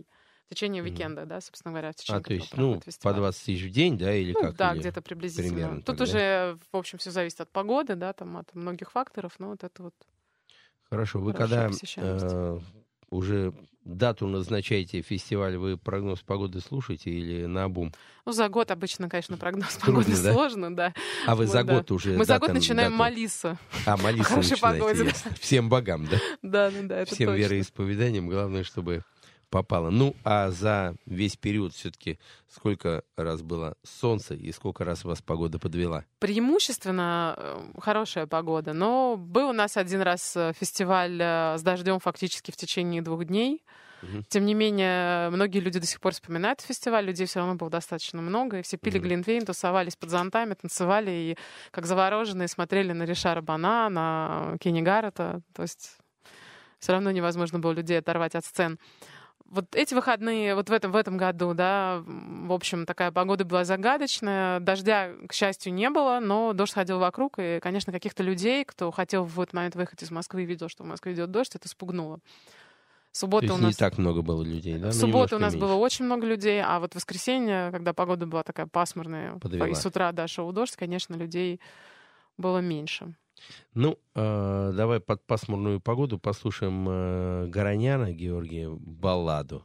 в течение уикенда, да, собственно говоря, в течение то есть, которого проходит по фестиваль. 20 тысяч в день, да, или как? Да, или где-то приблизительно. примерно Тут так, да? уже, в общем, все зависит от погоды, да, там, от многих факторов, но вот это вот Хорошо. Вы хорошая когда посещаемость. уже дату назначаете фестиваль, вы прогноз погоды слушаете или наобум? Ну, за год обычно, конечно, прогноз Трудно, погоды да? сложно, да. А вы за Вот, да. год уже Мы за дату- год начинаем дату- молиться. Молиться хорошей начинаете, погоде, да. ясно. Всем богам, да? Да, это Всем точно. вероисповеданиям. Главное, чтобы попало. Ну, а за весь период все-таки сколько раз было солнце и сколько раз вас погода подвела? Преимущественно хорошая погода, но был у нас один раз фестиваль с дождем фактически в течение 2 дней. Мгм. Тем не менее, многие люди до сих пор вспоминают фестиваль, людей все равно было достаточно много, и все пили глинтвейн, тусовались под зонтами, танцевали и как завороженные смотрели на Ришара Бана, на Кенни Гаррета. То есть все равно невозможно было людей оторвать от сцен. Вот эти выходные, вот в этом году, да, в общем, такая погода была загадочная. Дождя, к счастью, не было, но дождь ходил вокруг, и, конечно, каких-то людей, кто хотел в этот момент выехать из Москвы и видел, что в Москве идет дождь, это спугнуло. То Суббота есть у нас... не так много было людей, да? В Ну, субботу у немножко нас меньше. было очень много людей, а вот в воскресенье, когда погода была такая пасмурная, Подвела. и с утра, да, шел дождь, конечно, людей было меньше. Ну, давай под пасмурную погоду послушаем Гороняна Георгия балладу.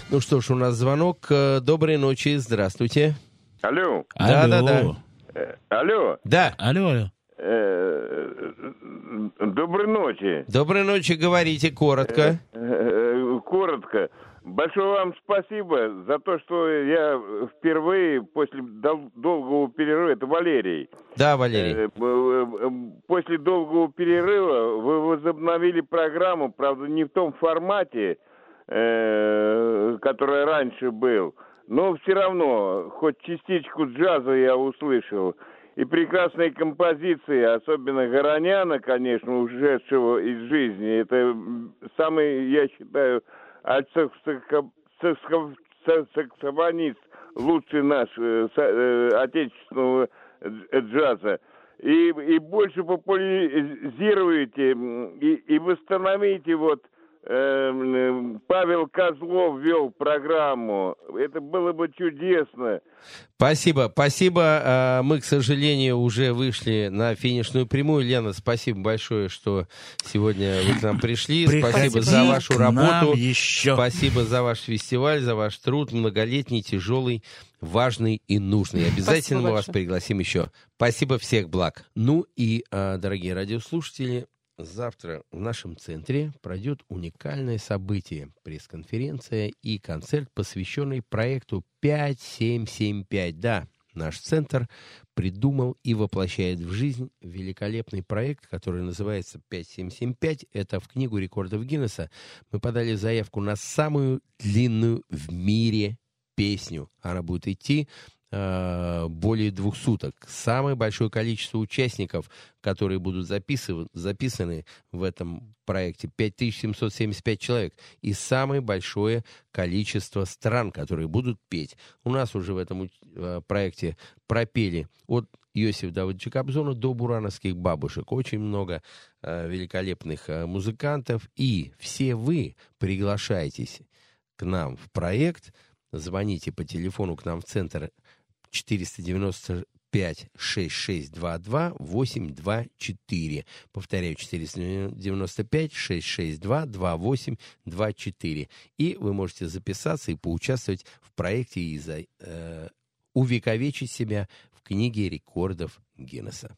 Ну что ж, у нас звонок. Доброй ночи, здравствуйте. Алло. Да. Алло. Да. Алло. Доброй ночи. Доброй ночи, говорите коротко. Коротко. Большое вам спасибо за то, что я впервые после долгого перерыва, это Валерий. Да, Валерий. После долгого перерыва вы возобновили программу, правда, не в том формате, который раньше был, но все равно, хоть частичку джаза я услышал. И прекрасные композиции, особенно Гороняна, конечно, ушедшего из жизни. Это самый, я считаю, саксофонист, лучший наш отечественного джаза. И больше популяризируете и восстановите вот Павел Козлов вел программу. Это было бы чудесно. Спасибо. Мы, к сожалению, уже вышли на финишную прямую. Лена, спасибо большое, что сегодня вы к нам пришли. Спасибо за вашу работу. Спасибо за ваш фестиваль, за ваш труд, многолетний, тяжелый, важный и нужный. Обязательно мы вас пригласим еще. Спасибо, всех благ. Ну и, дорогие радиослушатели, завтра в нашем центре пройдет уникальное событие, пресс-конференция и концерт, посвященный проекту 5775. Да, наш центр придумал и воплощает в жизнь великолепный проект, который называется 5775. Это в Книгу рекордов Гиннесса. Мы подали заявку на самую длинную в мире песню. Она будет идти более 2 суток. Самое большое количество участников, которые будут записаны в этом проекте, 5775 человек. И самое большое количество стран, которые будут петь. У нас уже в этом проекте пропели от Иосифа Давыдовича Кобзона до бурановских бабушек. Очень много великолепных музыкантов. И все вы приглашаетесь к нам в проект. Звоните по телефону к нам в центр 495-6622-824. Повторяю, 495-662-2824. И вы можете записаться и поучаствовать в проекте и увековечить себя в Книге рекордов Гиннесса.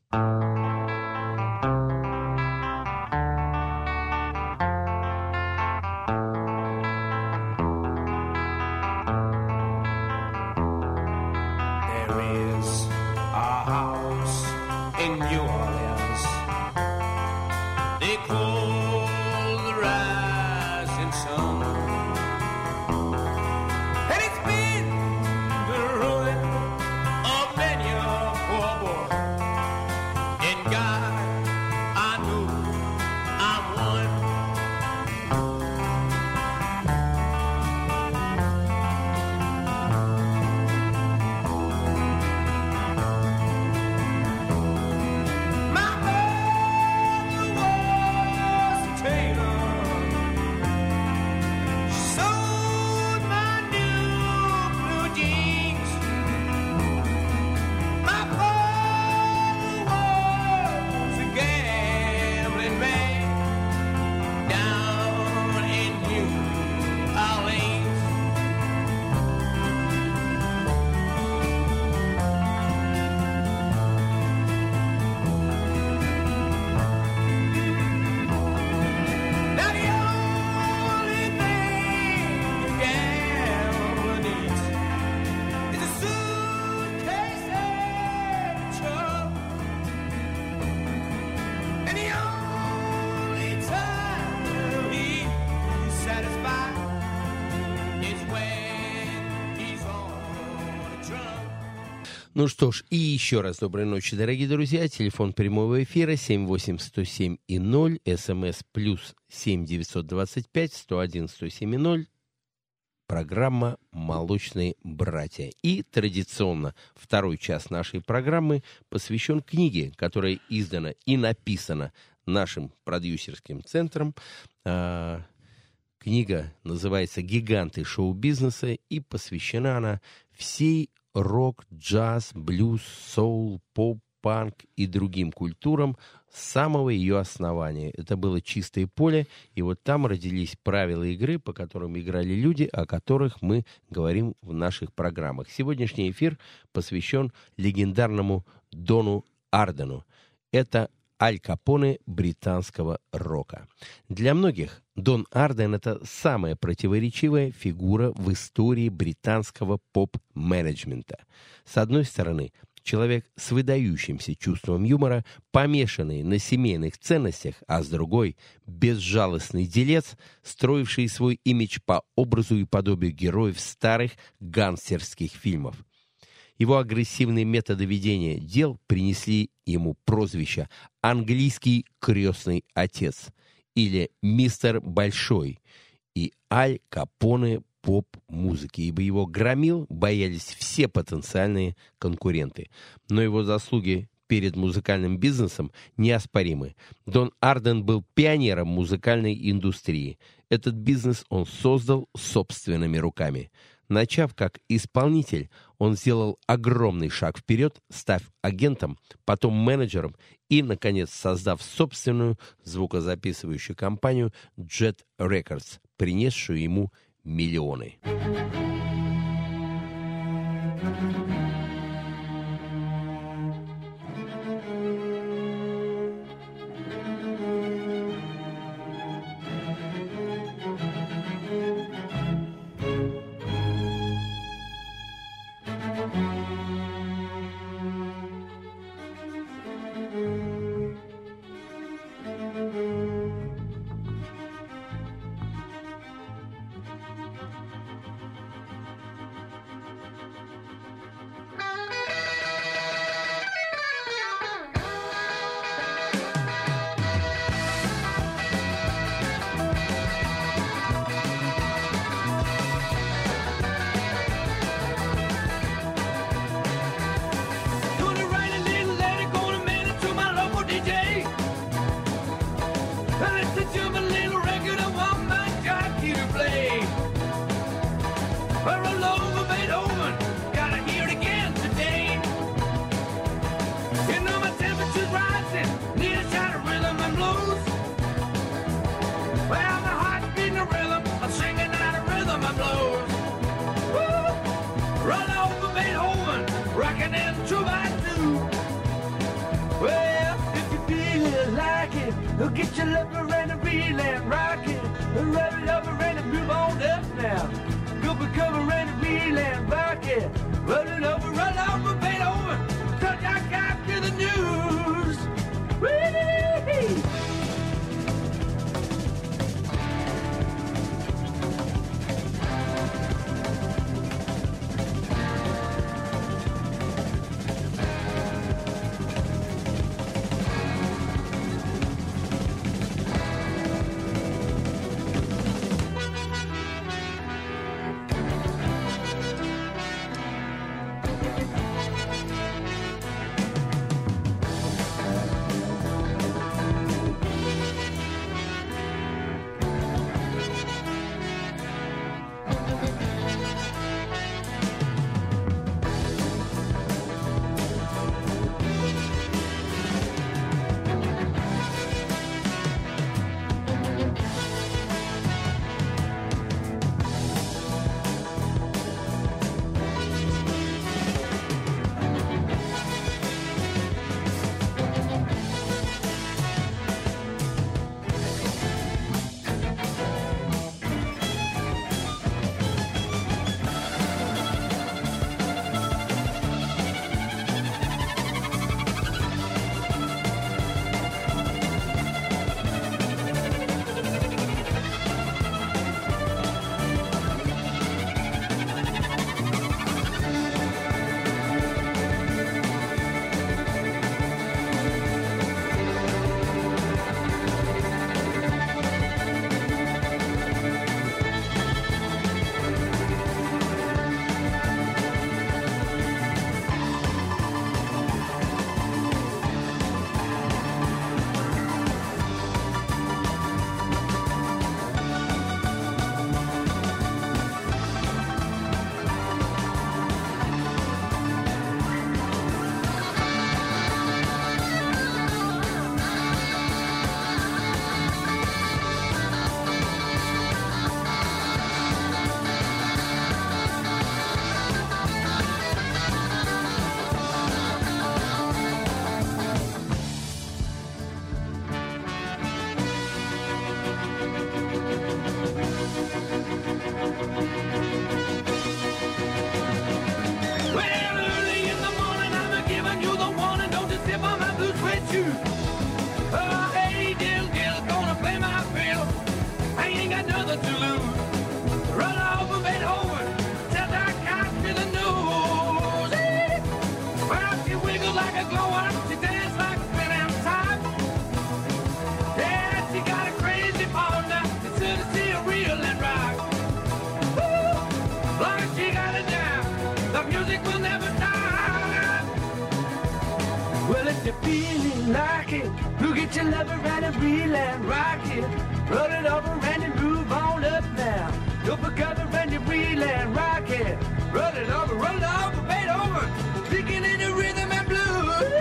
Ну что ж, и еще раз доброй ночи, дорогие друзья. Телефон прямого эфира 78107,0, СМС плюс 7925-101-107,0. Программа «Молочные братья». И традиционно второй час нашей программы посвящен книге, которая издана и написана нашим продюсерским центром. Книга называется «Гиганты шоу-бизнеса», и посвящена она всей рок, джаз, блюз, соул, поп, панк и другим культурам с самого ее основания. Это было чистое поле, и вот там родились правила игры, по которым играли люди, о которых мы говорим в наших программах. Сегодняшний эфир посвящен легендарному Дону Ардену. Это Аль Капоне британского рока. Для многих Дон Арден — это самая противоречивая фигура в истории британского поп-менеджмента. С одной стороны, человек с выдающимся чувством юмора, помешанный на семейных ценностях, а с другой — безжалостный делец, строивший свой имидж по образу и подобию героев старых гангстерских фильмов. Его агрессивные методы ведения дел принесли ему прозвище «Английский крестный отец» или «Мистер Большой» и «Аль Капоне поп-музыки», ибо его громил боялись все потенциальные конкуренты. Но его заслуги перед музыкальным бизнесом неоспоримы. Дон Арден был пионером музыкальной индустрии. Этот бизнес он создал собственными руками. Начав как исполнитель, он сделал огромный шаг вперед, став агентом, потом менеджером и, наконец, создав собственную звукозаписывающую компанию Jet Records, принесшую ему миллионы. Get your lover and a reel and rock it. Rub it over and move on up now. Go for cover and a reel and rock it. Roll it over, roll over, bend over. Touch our guy to the news. Whee! our music will never die. Well, if you're feeling like it, look at your lover and a reel and rock it. Roll it over and you move on up now. Don't cover and you reel and rock it. Roll it over, fade over. Speaking in the rhythm and blues.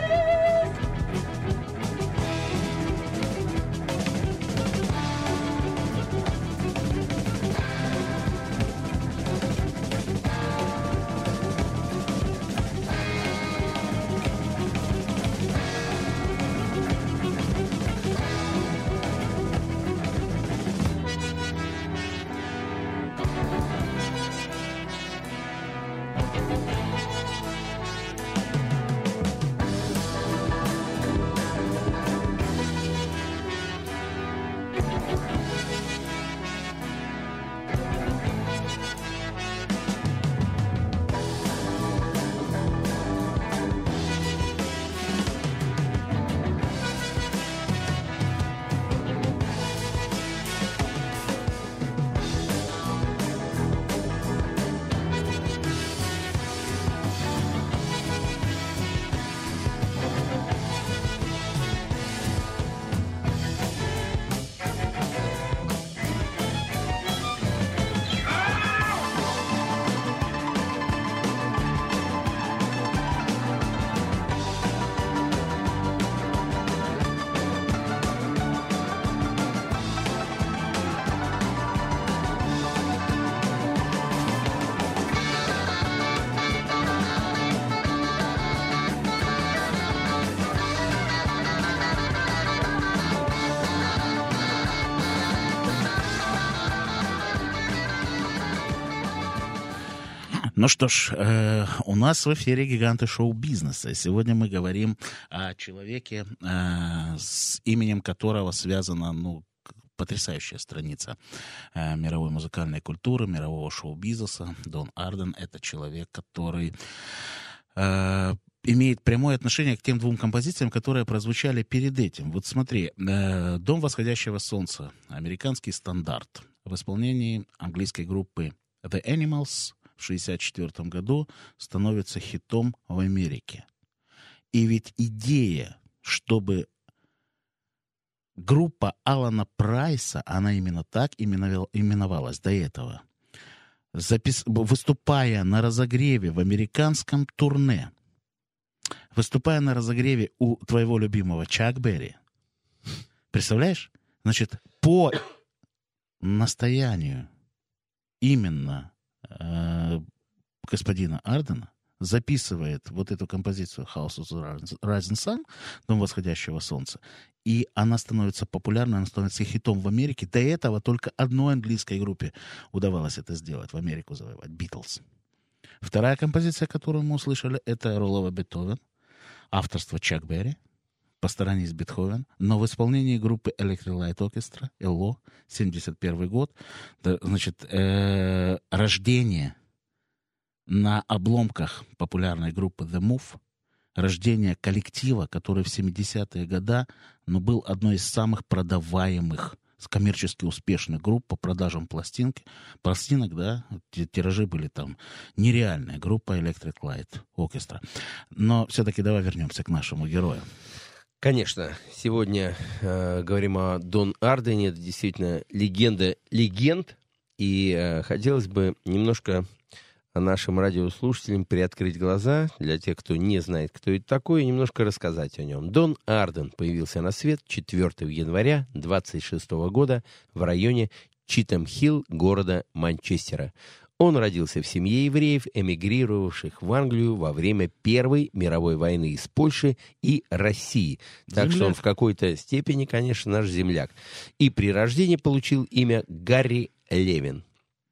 Ну что ж, у нас в эфире гиганты шоу-бизнеса. Сегодня мы говорим о человеке, с именем которого связана, потрясающая страница мировой музыкальной культуры, мирового шоу-бизнеса. Дон Арден — это человек, который имеет прямое отношение к тем двум композициям, которые прозвучали перед этим. Вот смотри, «Дом восходящего солнца», американский стандарт в исполнении английской группы The Animals в 1964 году становится хитом в Америке. И ведь идея, чтобы группа Алана Прайса, она именно так именовалась до этого, выступая на разогреве в американском турне, выступая на разогреве у твоего любимого Чак Берри, представляешь? Значит, по настоянию именно господина Ардена записывает вот эту композицию House of the Rising Sun, Дом восходящего солнца, и она становится популярной, она становится хитом в Америке. До этого только одной английской группе удавалось это сделать, в Америку завоевать, Beatles. Вторая композиция, которую мы услышали, это «Роллова Бетховен», авторство Чак Берри, посторонись Бетховен, но в исполнении группы Electric Light Orchestra, ЭЛО, 1971 год. Значит, рождение на обломках популярной группы The Move, рождение коллектива, который в 70-е годы был одной из самых продаваемых, коммерчески успешных групп по продажам пластинок, да, тиражи были там нереальные, группа Electric Light Orchestra. Но все-таки давай вернемся к нашему герою. Конечно, сегодня говорим о Дон Ардене, это действительно легенда легенд, и хотелось бы немножко нашим радиослушателям приоткрыть глаза, для тех, кто не знает, кто это такой, и немножко рассказать о нем. Дон Арден появился на свет 4 января 1926 года в районе Читам-Хилл города Манчестера. Он родился в семье евреев, эмигрировавших в Англию во время Первой мировой войны из Польши и России. Так что он в какой-то степени, конечно, наш земляк. И при рождении получил имя Гарри Левин.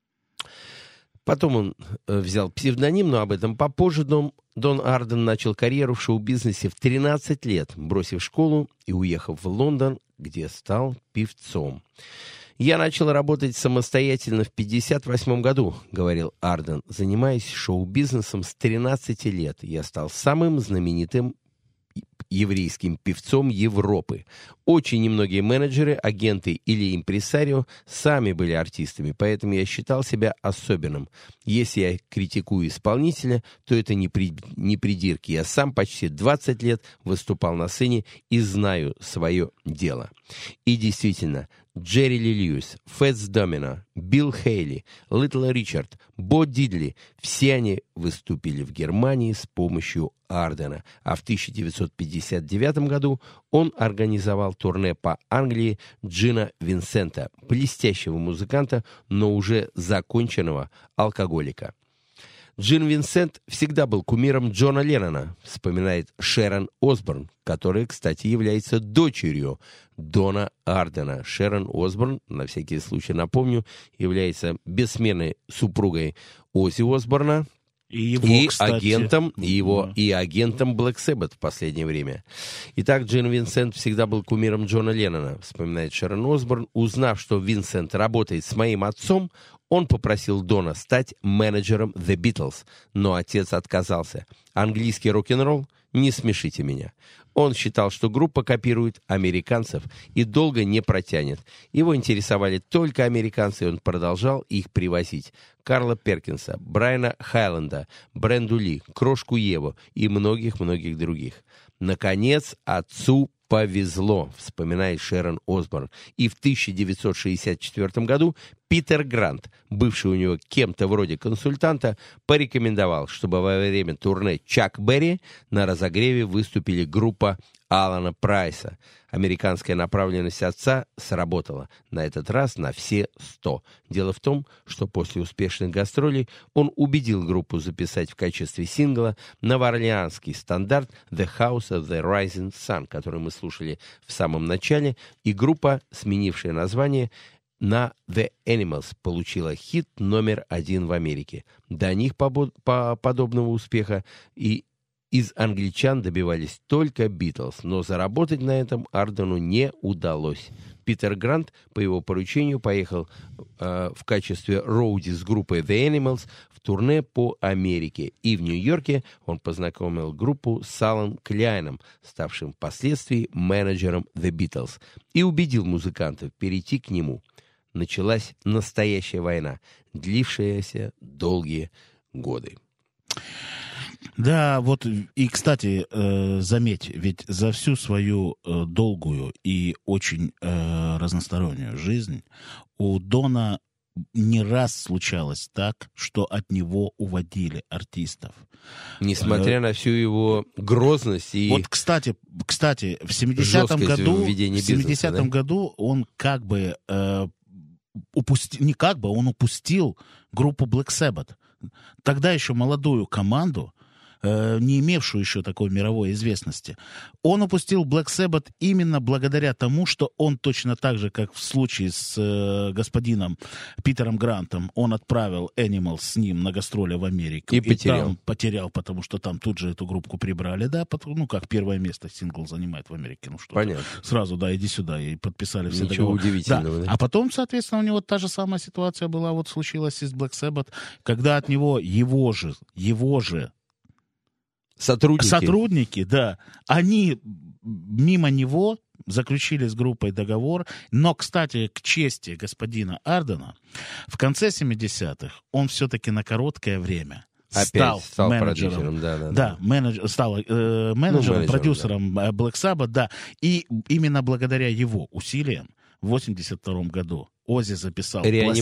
Потом он взял псевдоним, но об этом попозже. Дон Арден начал карьеру в шоу-бизнесе в 13 лет, бросив школу и уехав в Лондон, где стал певцом. «Я начал работать самостоятельно в 1958 году», — говорил Арден. «Занимаясь шоу-бизнесом с 13 лет, я стал самым знаменитым еврейским певцом Европы. Очень немногие менеджеры, агенты или импресарио сами были артистами, поэтому я считал себя особенным. Если я критикую исполнителя, то это не придирки. Я сам почти 20 лет выступал на сцене и знаю свое дело. И действительно, Джерри Ли Льюис, Фэтс Домино, Билл Хейли, Литл Ричард, Бо Дидли – все они выступили в Германии с помощью Ардена. А в 1959 году он организовал турне по Англии Джина Винсента, блестящего музыканта, но уже законченного алкоголика. Джин Винсент всегда был кумиром Джона Леннона, вспоминает Шерон Осборн, которая, кстати, является дочерью Дона Ардена. Шерон Осборн, на всякий случай напомню, является бессменной супругой Оззи Осборна и агентом Black Sabbath в последнее время. Итак, Джин Винсент всегда был кумиром Джона Леннона, вспоминает Шерон Осборн. Узнав, что Винсент работает с моим отцом, он попросил Дона стать менеджером The Beatles, но отец отказался. Английский рок-н-ролл? Не смешите меня. Он считал, что группа копирует американцев и долго не протянет. Его интересовали только американцы, и он продолжал их привозить. Карла Перкинса, Брайана Хайленда, Бренду Ли, Крошку Еву и многих-многих других. Наконец, отцу повезло, вспоминает Шерон Осборн. И в 1964 году Питер Грант, бывший у него кем-то вроде консультанта, порекомендовал, чтобы во время турне Чак Берри на разогреве выступили группа Алана Прайса. Американская направленность отца сработала, на этот раз на все 100. Дело в том, что после успешных гастролей он убедил группу записать в качестве сингла новоорлеанский стандарт «The House of the Rising Sun», который мы слушали в самом начале, и группа, сменившая название на The Animals, получила хит номер 1 в Америке. До них подобного успеха и из англичан добивались только Битлз, но заработать на этом Ардену не удалось. Питер Грант по его поручению поехал в качестве роуди с группой The Animals в турне по Америке, и в Нью-Йорке он познакомил группу с Аллом Кляйном, ставшим впоследствии менеджером The Beatles, и убедил музыкантов перейти к нему. Началась настоящая война, длившаяся долгие годы. Да, вот, и, кстати, заметь, ведь за всю свою долгую и очень разностороннюю жизнь у Дона не раз случалось так, что от него уводили артистов. Несмотря на всю его грозность и вот, кстати, в 70-м году он как бы упустил группу Black Sabbath. Тогда еще молодую команду, не имевшую еще такой мировой известности. Он упустил Black Sabbath именно благодаря тому, что он точно так же, как в случае с господином Питером Грантом, он отправил Animals с ним на гастроли в Америку. И потерял. Там потерял, потому что там тут же эту группу прибрали, да, как первое место сингл занимает в Америке. Ну что, понятно. Сразу, да, иди сюда, и подписали все договоры. Ничего удивительного. Да. Да? А потом, соответственно, у него та же самая ситуация была, вот случилась и с Black Sabbath, когда от него его же Сотрудники, да, они мимо него заключили с группой договор, но, кстати, к чести господина Ардена, в конце 70-х он все-таки на короткое время стал менеджером, продюсером Black Sabbath, да, и именно благодаря его усилиям в 82 году Оззи записал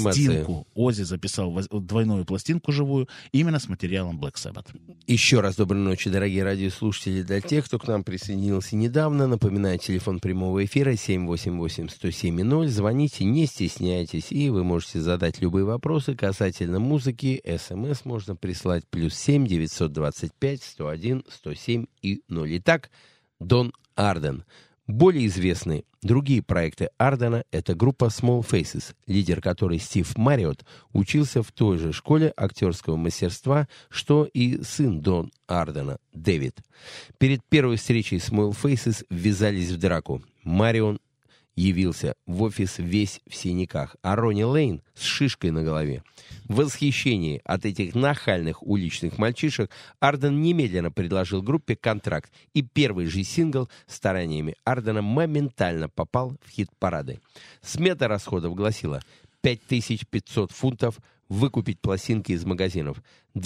двойную пластинку живую именно с материалом Black Sabbath. Еще раз доброй ночи, дорогие радиослушатели. Для тех, кто к нам присоединился недавно, напоминаю, телефон прямого эфира 788-107-0. Звоните, не стесняйтесь, и вы можете задать любые вопросы касательно музыки. СМС можно прислать +7 925 101 107 и 0. Итак, Дон Арден. Более известны другие проекты Ардена — это группа Small Faces, лидер которой Стив Марриотт учился в той же школе актерского мастерства, что и сын Дон Ардена, Дэвид. Перед первой встречей Small Faces ввязались в драку. Марриотт явился в офис весь в синяках, а Ронни Лейн с шишкой на голове. В восхищении от этих нахальных уличных мальчишек Арден немедленно предложил группе контракт, и первый же сингл стараниями Ардена моментально попал в хит-парады. Смета расходов гласила 5500 фунтов выкупить пластинки из магазинов,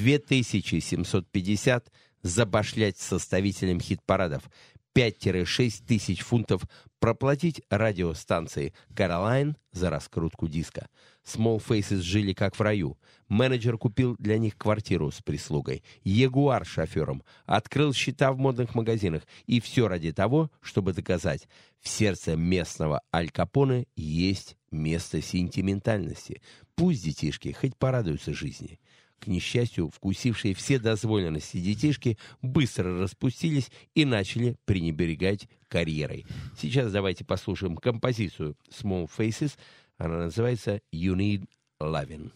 2750 забашлять составителям хит-парадов, 5-6 тысяч фунтов проплатить радиостанции «Каролайн» за раскрутку диска. Small Faces жили как в раю. Менеджер купил для них квартиру с прислугой, ягуар с шофером, открыл счета в модных магазинах. И все ради того, чтобы доказать, в сердце местного Аль Капоне есть место сентиментальности. Пусть детишки хоть порадуются жизни. К несчастью, вкусившие все дозволенности детишки быстро распустились и начали пренебрегать карьерой. Сейчас давайте послушаем композицию Small Faces. Она называется «You Need Lovin'».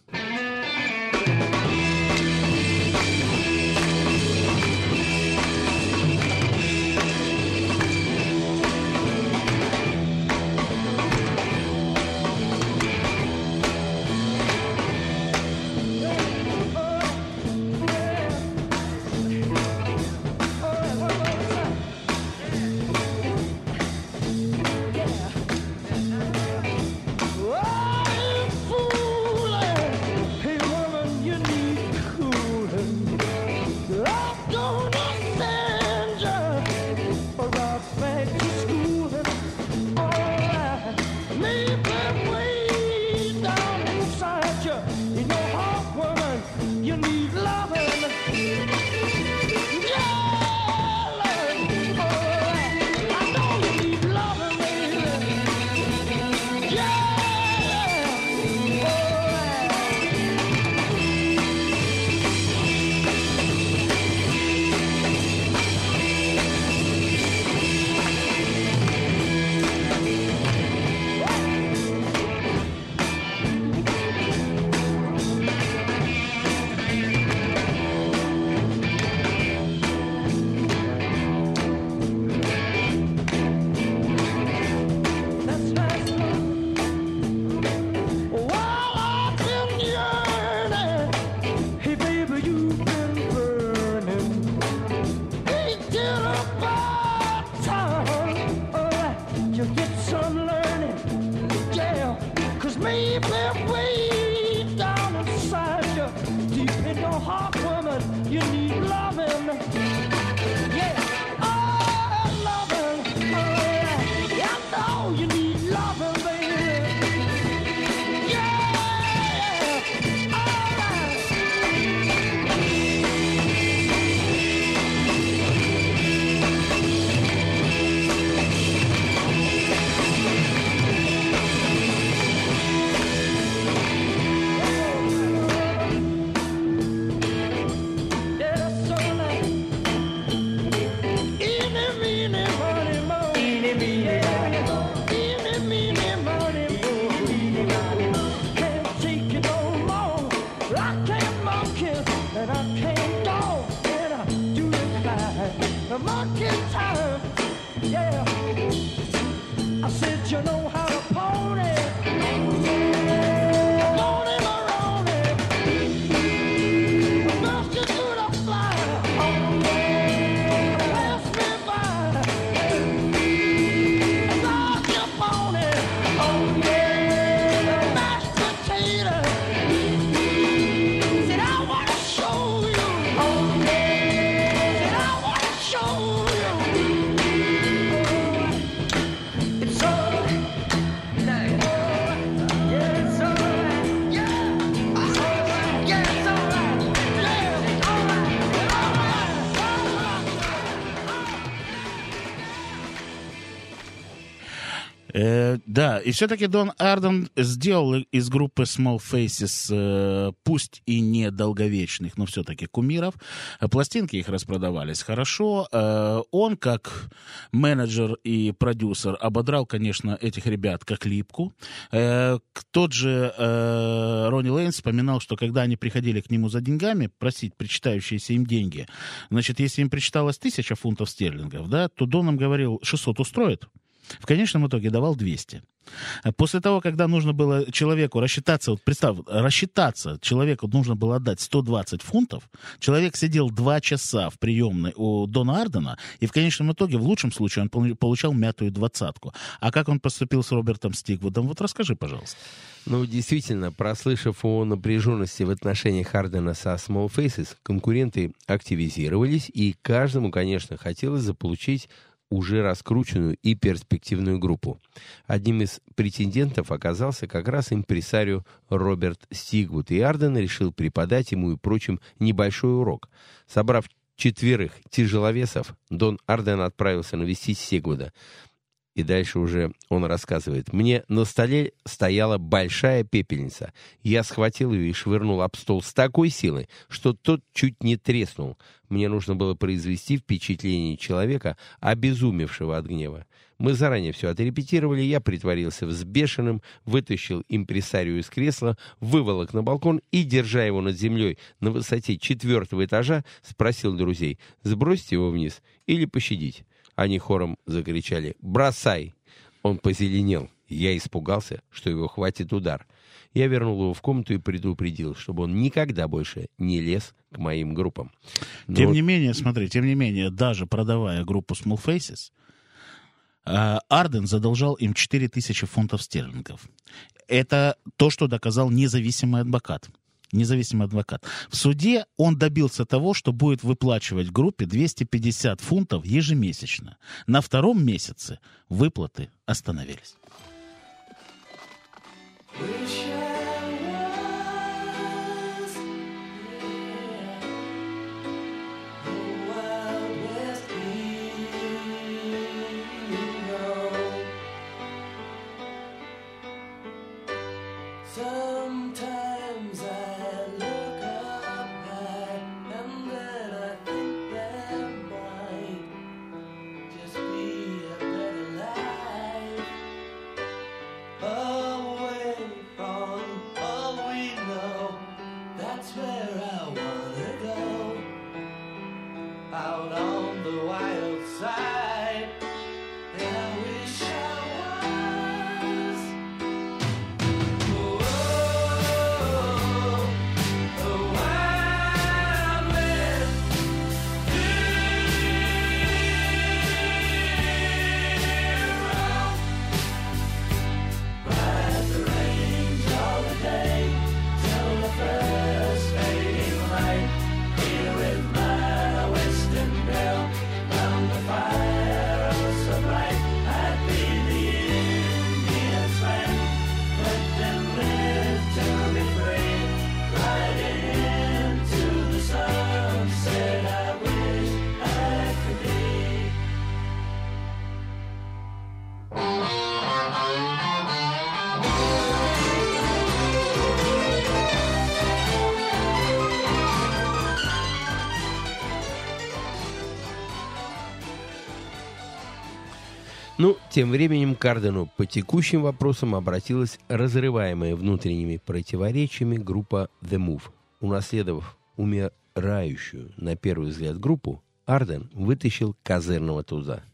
Да, и все-таки Дон Арден сделал из группы Small Faces, пусть и не долговечных, но все-таки кумиров. Пластинки их распродавались хорошо. Он, как менеджер и продюсер, ободрал, конечно, этих ребят как липку. Тот же Ронни Лейн вспоминал, что когда они приходили к нему за деньгами, просить причитающиеся им деньги, значит, если им причиталось 1000 фунтов стерлингов, да, то Дон им говорил, 600 устроит. в конечном итоге давал 200. После того, когда нужно было человеку рассчитаться, вот представь, рассчитаться человеку нужно было отдать 120 фунтов, человек сидел 2 часа в приемной у Дона Ардена, и в конечном итоге, в лучшем случае, он получал мятую 20-ку. А как он поступил с Робертом Стигвудом? Вот расскажи, пожалуйста. Ну, действительно, прослышав о напряженности в отношениях Ардена со Small Faces, конкуренты активизировались, и каждому, конечно, хотелось заполучить уже раскрученную и перспективную группу. Одним из претендентов оказался как раз импресарио Роберт Стигвуд, и Арден решил преподать ему и прочим небольшой урок. Собрав 4 тяжеловесов, Дон Арден отправился навестить Стигвуда. И дальше уже он рассказывает. «Мне на столе стояла большая пепельница. Я схватил ее и швырнул об стол с такой силой, что тот чуть не треснул. Мне нужно было произвести впечатление человека, обезумевшего от гнева. Мы заранее все отрепетировали, я притворился взбешенным, вытащил импресарио из кресла, выволок на балкон и, держа его над землей на высоте 4-го этажа, спросил друзей, сбросить его вниз или пощадить. Они хором закричали «Бросай!». Он позеленел. Я испугался, что его хватит удар. Я вернул его в комнату и предупредил, чтобы он никогда больше не лез к моим группам. Но... Тем не менее, даже продавая группу Small Faces, Арден задолжал им 4000 фунтов стерлингов. Это то, что доказал независимый адвокат. В суде он добился того, что будет выплачивать группе 250 фунтов ежемесячно. На 2-м месяце выплаты остановились. Ну, тем временем к Ардену по текущим вопросам обратилась разрываемая внутренними противоречиями группа The Move. Унаследовав умирающую, на первый взгляд, группу, Арден вытащил козырного туза.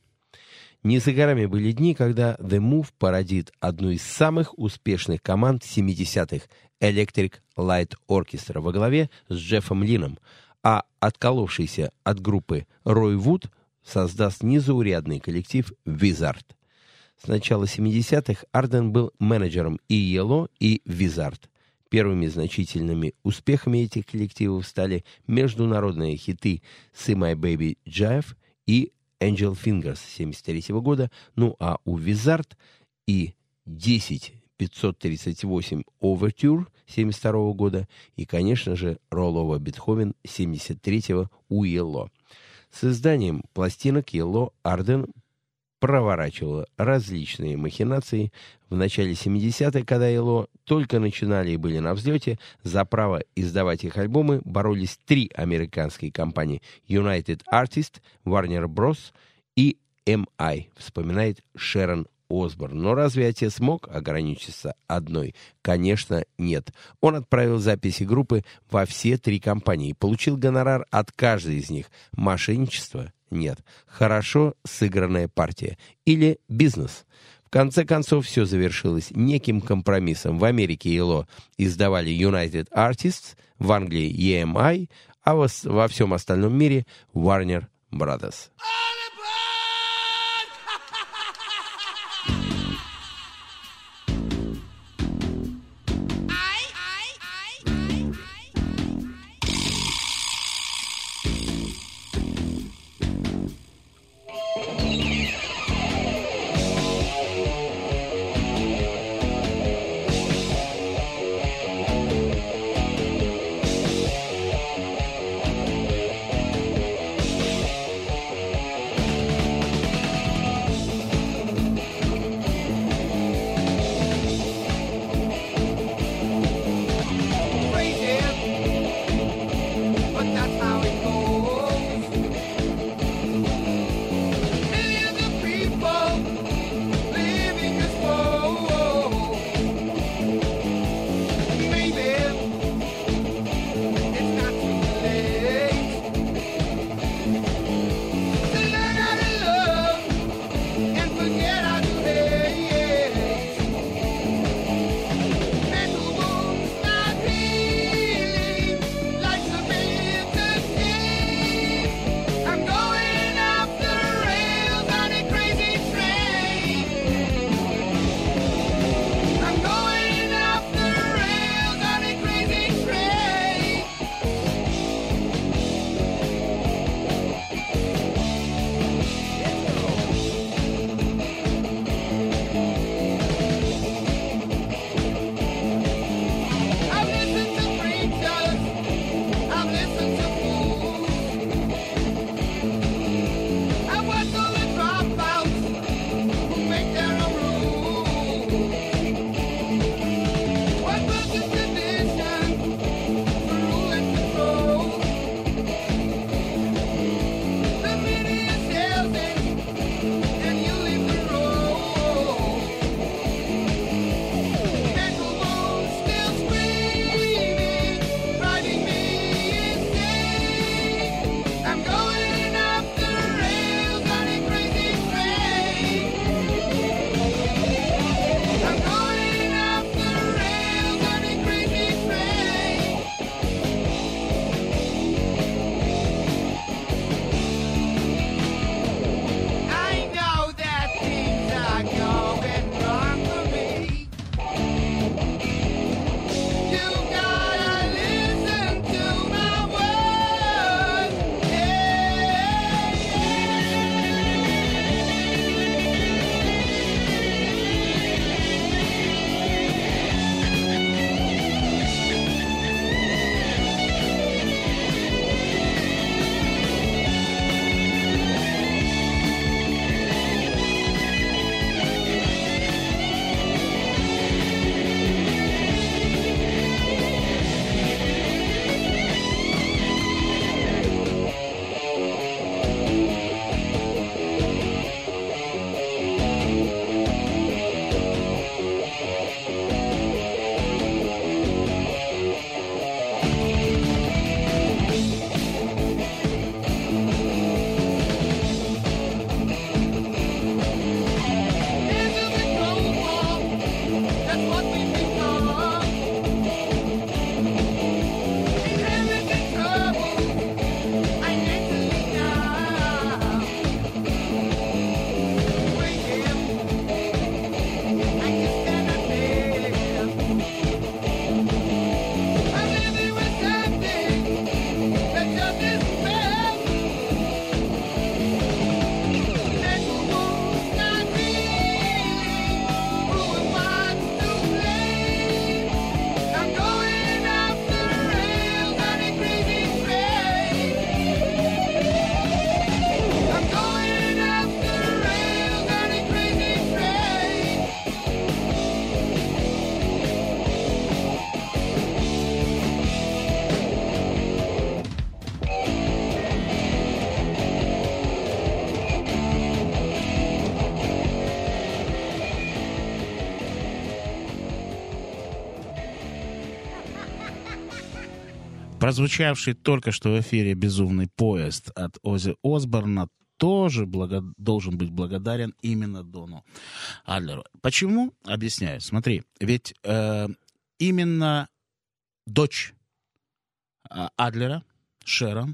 Не за горами были дни, когда The Move породит одну из самых успешных команд 70-х — Electric Light Orchestra во главе с Джеффом Лином, а отколовшийся от группы Рой Вуд создаст незаурядный коллектив Wizard. С начала 70-х Арден был менеджером и Yellow, и Wizard. Первыми значительными успехами этих коллективов стали международные хиты «See My Baby Jive» и «Angel Fingers» 1973 года, ну а у Wizard и 10-538 Overture 1972 года и, конечно же, Roll Over Beethoven 1973 у Yellow. С изданием пластинок Yellow Арден проворачивала различные махинации. В начале 70-х, когда Yellow только начинали и были на взлете, за право издавать их альбомы боролись 3 американские компании: United Artists, Warner Bros. И MI, вспоминает Шерон Осборн. Но разве отец мог ограничиться одной? Конечно, нет. Он отправил записи группы во все 3 компании, получил гонорар от каждой из них. Мошенничество Нет. Хорошо сыгранная партия. Или бизнес. В конце концов, все завершилось неким компромиссом. В Америке ELO издавали United Artists, в Англии EMI, а во всем остальном мире Warner Brothers. прозвучавший только что в эфире «Безумный поезд» от Оззи Осборна тоже должен быть благодарен именно Дону Адлеру. Почему? Объясняю. Смотри, ведь именно дочь Адлера, Шерон,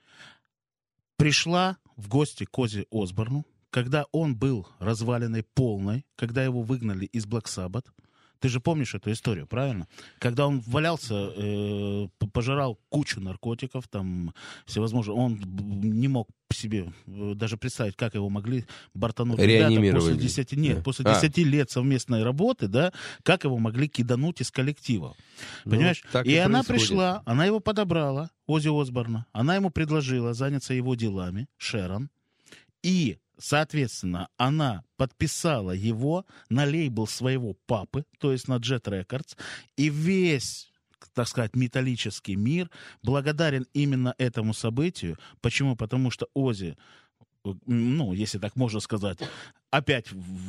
пришла в гости к Оззи Осборну, когда он был разваленной полной, когда его выгнали из Black Sabbath. Ты же помнишь эту историю, правильно? Когда он валялся, пожирал кучу наркотиков, там всевозможно. Он не мог себе даже представить, как его могли бортануть ребята после 10 лет совместной работы, да, как его могли кидануть из коллектива. Понимаешь? И она пришла, она его подобрала, Оззи Осборна, она ему предложила заняться его делами, Шерон, и соответственно, она подписала его на лейбл своего папы, то есть на Jet Records, и весь, так сказать, металлический мир благодарен именно этому событию. Почему? Потому что Оззи, ну, если так можно сказать, опять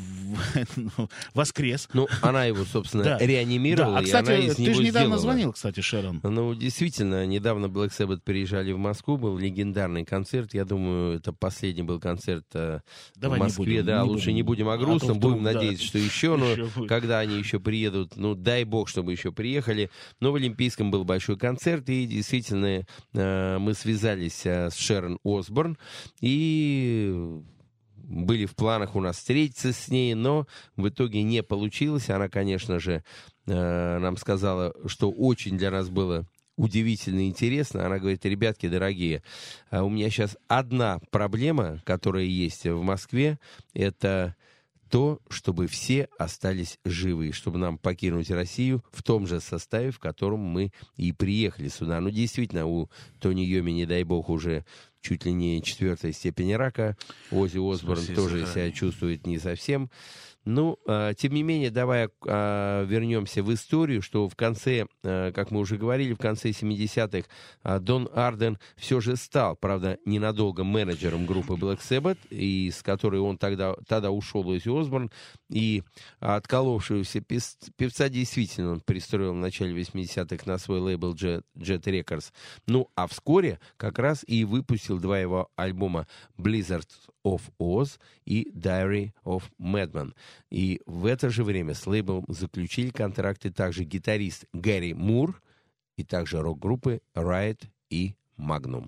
воскрес. Ну, она его, собственно, реанимировала, и она из него сделала. Ты же недавно звонил, кстати, Шерон. Ну, действительно, недавно Black Sabbath приезжали в Москву, был легендарный концерт. Я думаю, это последний был концерт в Москве. Лучше не будем о грустном, будем надеяться, что еще, но когда они еще приедут, ну, дай бог, чтобы еще приехали. Но в Олимпийском был большой концерт, и действительно мы связались с Шерон Осборн, и были в планах у нас встретиться с ней, но в итоге не получилось. Она, конечно же, нам сказала, что очень для нас было удивительно и интересно. Она говорит: ребятки дорогие, у меня сейчас одна проблема, которая есть в Москве, это то, чтобы все остались живы, чтобы нам покинуть Россию в том же составе, в котором мы и приехали сюда. Ну, действительно, у Тони Йоми, не дай бог, уже чуть ли не 4-й степени рака. Оззи Осборн тоже себя чувствует не совсем. Ну, тем не менее, давай вернемся в историю, что в конце, как мы уже говорили, в конце 70-х Дон Арден все же стал, правда, ненадолго менеджером группы Black Sabbath, и с которой он тогда ушел Оззи Осборн, и отколовшегося певца действительно он пристроил в начале 80-х на свой лейбл Jet Records. Ну, а вскоре как раз и выпустил 2 его альбома Blizzard of Oz и Diary of Madman. И в это же время с лейблом заключили контракты также гитарист Гэри Мур и также рок-группы Riot и Magnum.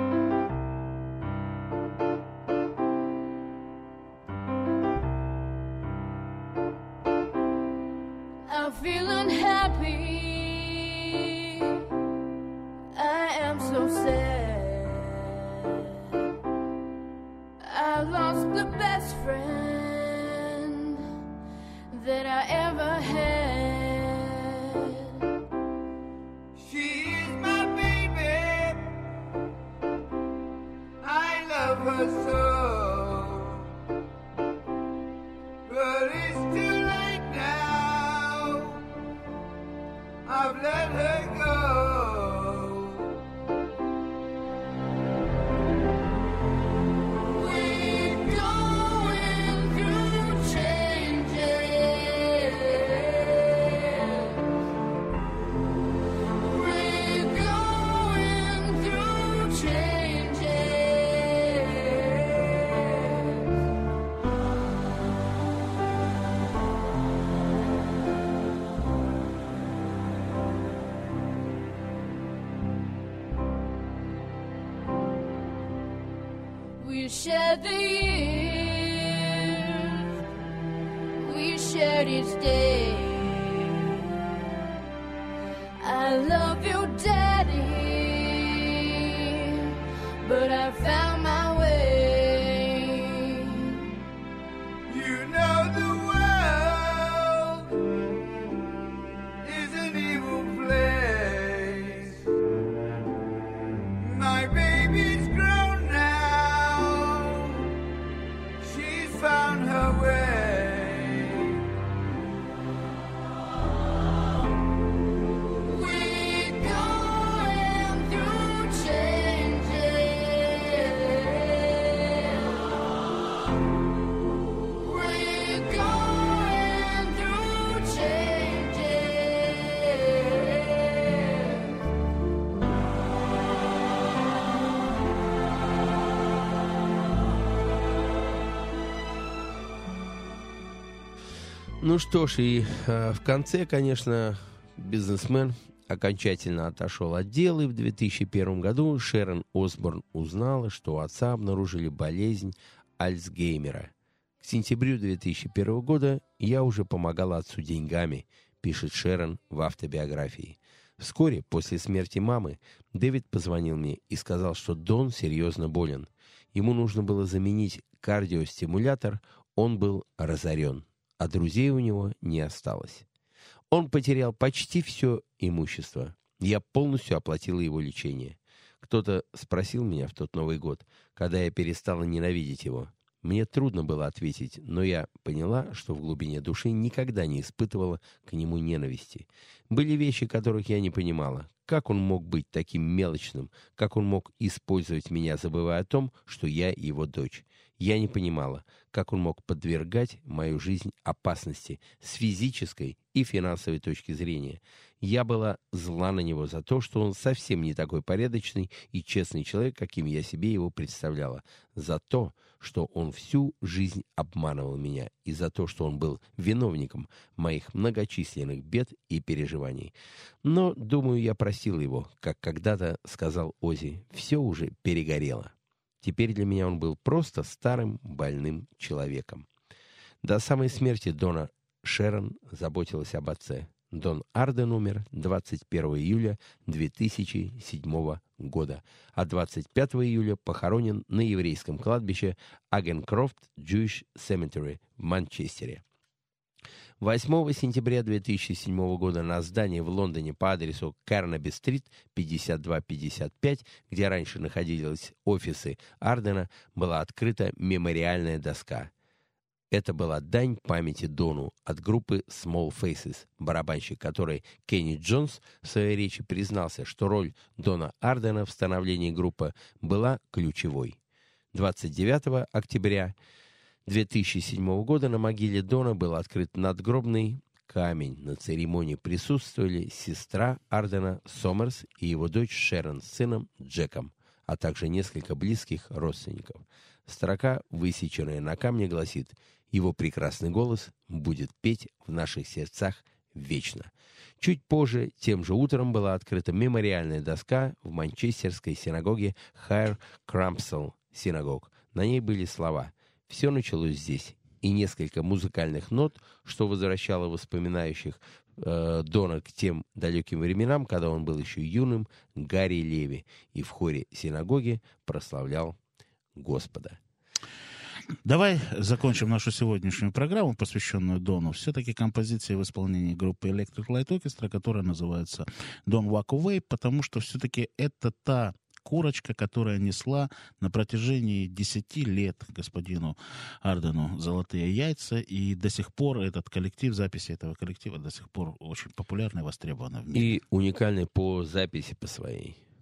I'm feeling happy. I am so sad. I lost the best friend that I ever had. She is my baby. I love her so. But it's too late now. I've let her go. We shared the years, we shared each day. I love you, Daddy, but I found my way. You know the world is an evil place. My baby's grown now. She's found her way. We're going through changes. We're going through changes. Ну что ж, и в конце, конечно, бизнесмен окончательно отошел от дела, и в 2001 году Шерон Осборн узнала, что у отца обнаружили болезнь Альцгеймера. К сентябрю 2001 года я уже помогала отцу деньгами, пишет Шерон в автобиографии. Вскоре после смерти мамы Дэвид позвонил мне и сказал, что Дон серьезно болен. Ему нужно было заменить кардиостимулятор, он был разорен, а друзей у него не осталось. Он потерял почти все имущество. Я полностью оплатила его лечение. Кто-то спросил меня в тот Новый год, когда я перестала ненавидеть его. Мне трудно было ответить, но я поняла, что в глубине души никогда не испытывала к нему ненависти. Были вещи, которых я не понимала. Как он мог быть таким мелочным? Как он мог использовать меня, забывая о том, что я его дочь? Я не понимала, как он мог подвергать мою жизнь опасности с физической и финансовой точки зрения. Я была зла на него за то, что он совсем не такой порядочный и честный человек, каким я себе его представляла. За то, что он всю жизнь обманывал меня, и за то, что он был виновником моих многочисленных бед и переживаний. Но, думаю, я простила его, как когда-то сказал Оззи, все уже перегорело. Теперь для меня он был просто старым больным человеком. До самой смерти Дона Шерон заботилась об отце. Дон Арден умер 21 июля 2007 года, а 25 июля похоронен на еврейском кладбище Агенкрофт Jewish Cemetery в Манчестере. 8 сентября 2007 года на здании в Лондоне по адресу Карнаби-стрит 5255, где раньше находились офисы Ардена, была открыта мемориальная доска. Это была дань памяти Дону от группы Small Faces, барабанщик которой Кенни Джонс в своей речи признался, что роль Дона Ардена в становлении группы была ключевой. 29 октября 2007 года на могиле Дона был открыт надгробный камень. На церемонии присутствовали сестра Ардена Сомерс и его дочь Шерон с сыном Джеком, а также несколько близких родственников. Строка, высеченная на камне, гласит: «Его прекрасный голос будет петь в наших сердцах вечно». Чуть позже, тем же утром, была открыта мемориальная доска в манчестерской синагоге Хайр Крампсел Синагог. На ней были слова: «Все началось здесь», и несколько музыкальных нот, что возвращало воспоминающих Дона к тем далеким временам, когда он был еще юным, Гарри Леви, и в хоре синагоги прославлял Господа. Давай закончим нашу сегодняшнюю программу, посвященную Дону, все-таки композицией в исполнении группы Electric Light Orchestra, которая называется «Don't Walk Away», потому что все-таки это та курочка, которая несла на протяжении 10 лет господину Ардену золотые яйца, и до сих пор этот коллектив, записи этого коллектива до сих пор очень популярны и востребованы в мире. И уникальный по записи по своей.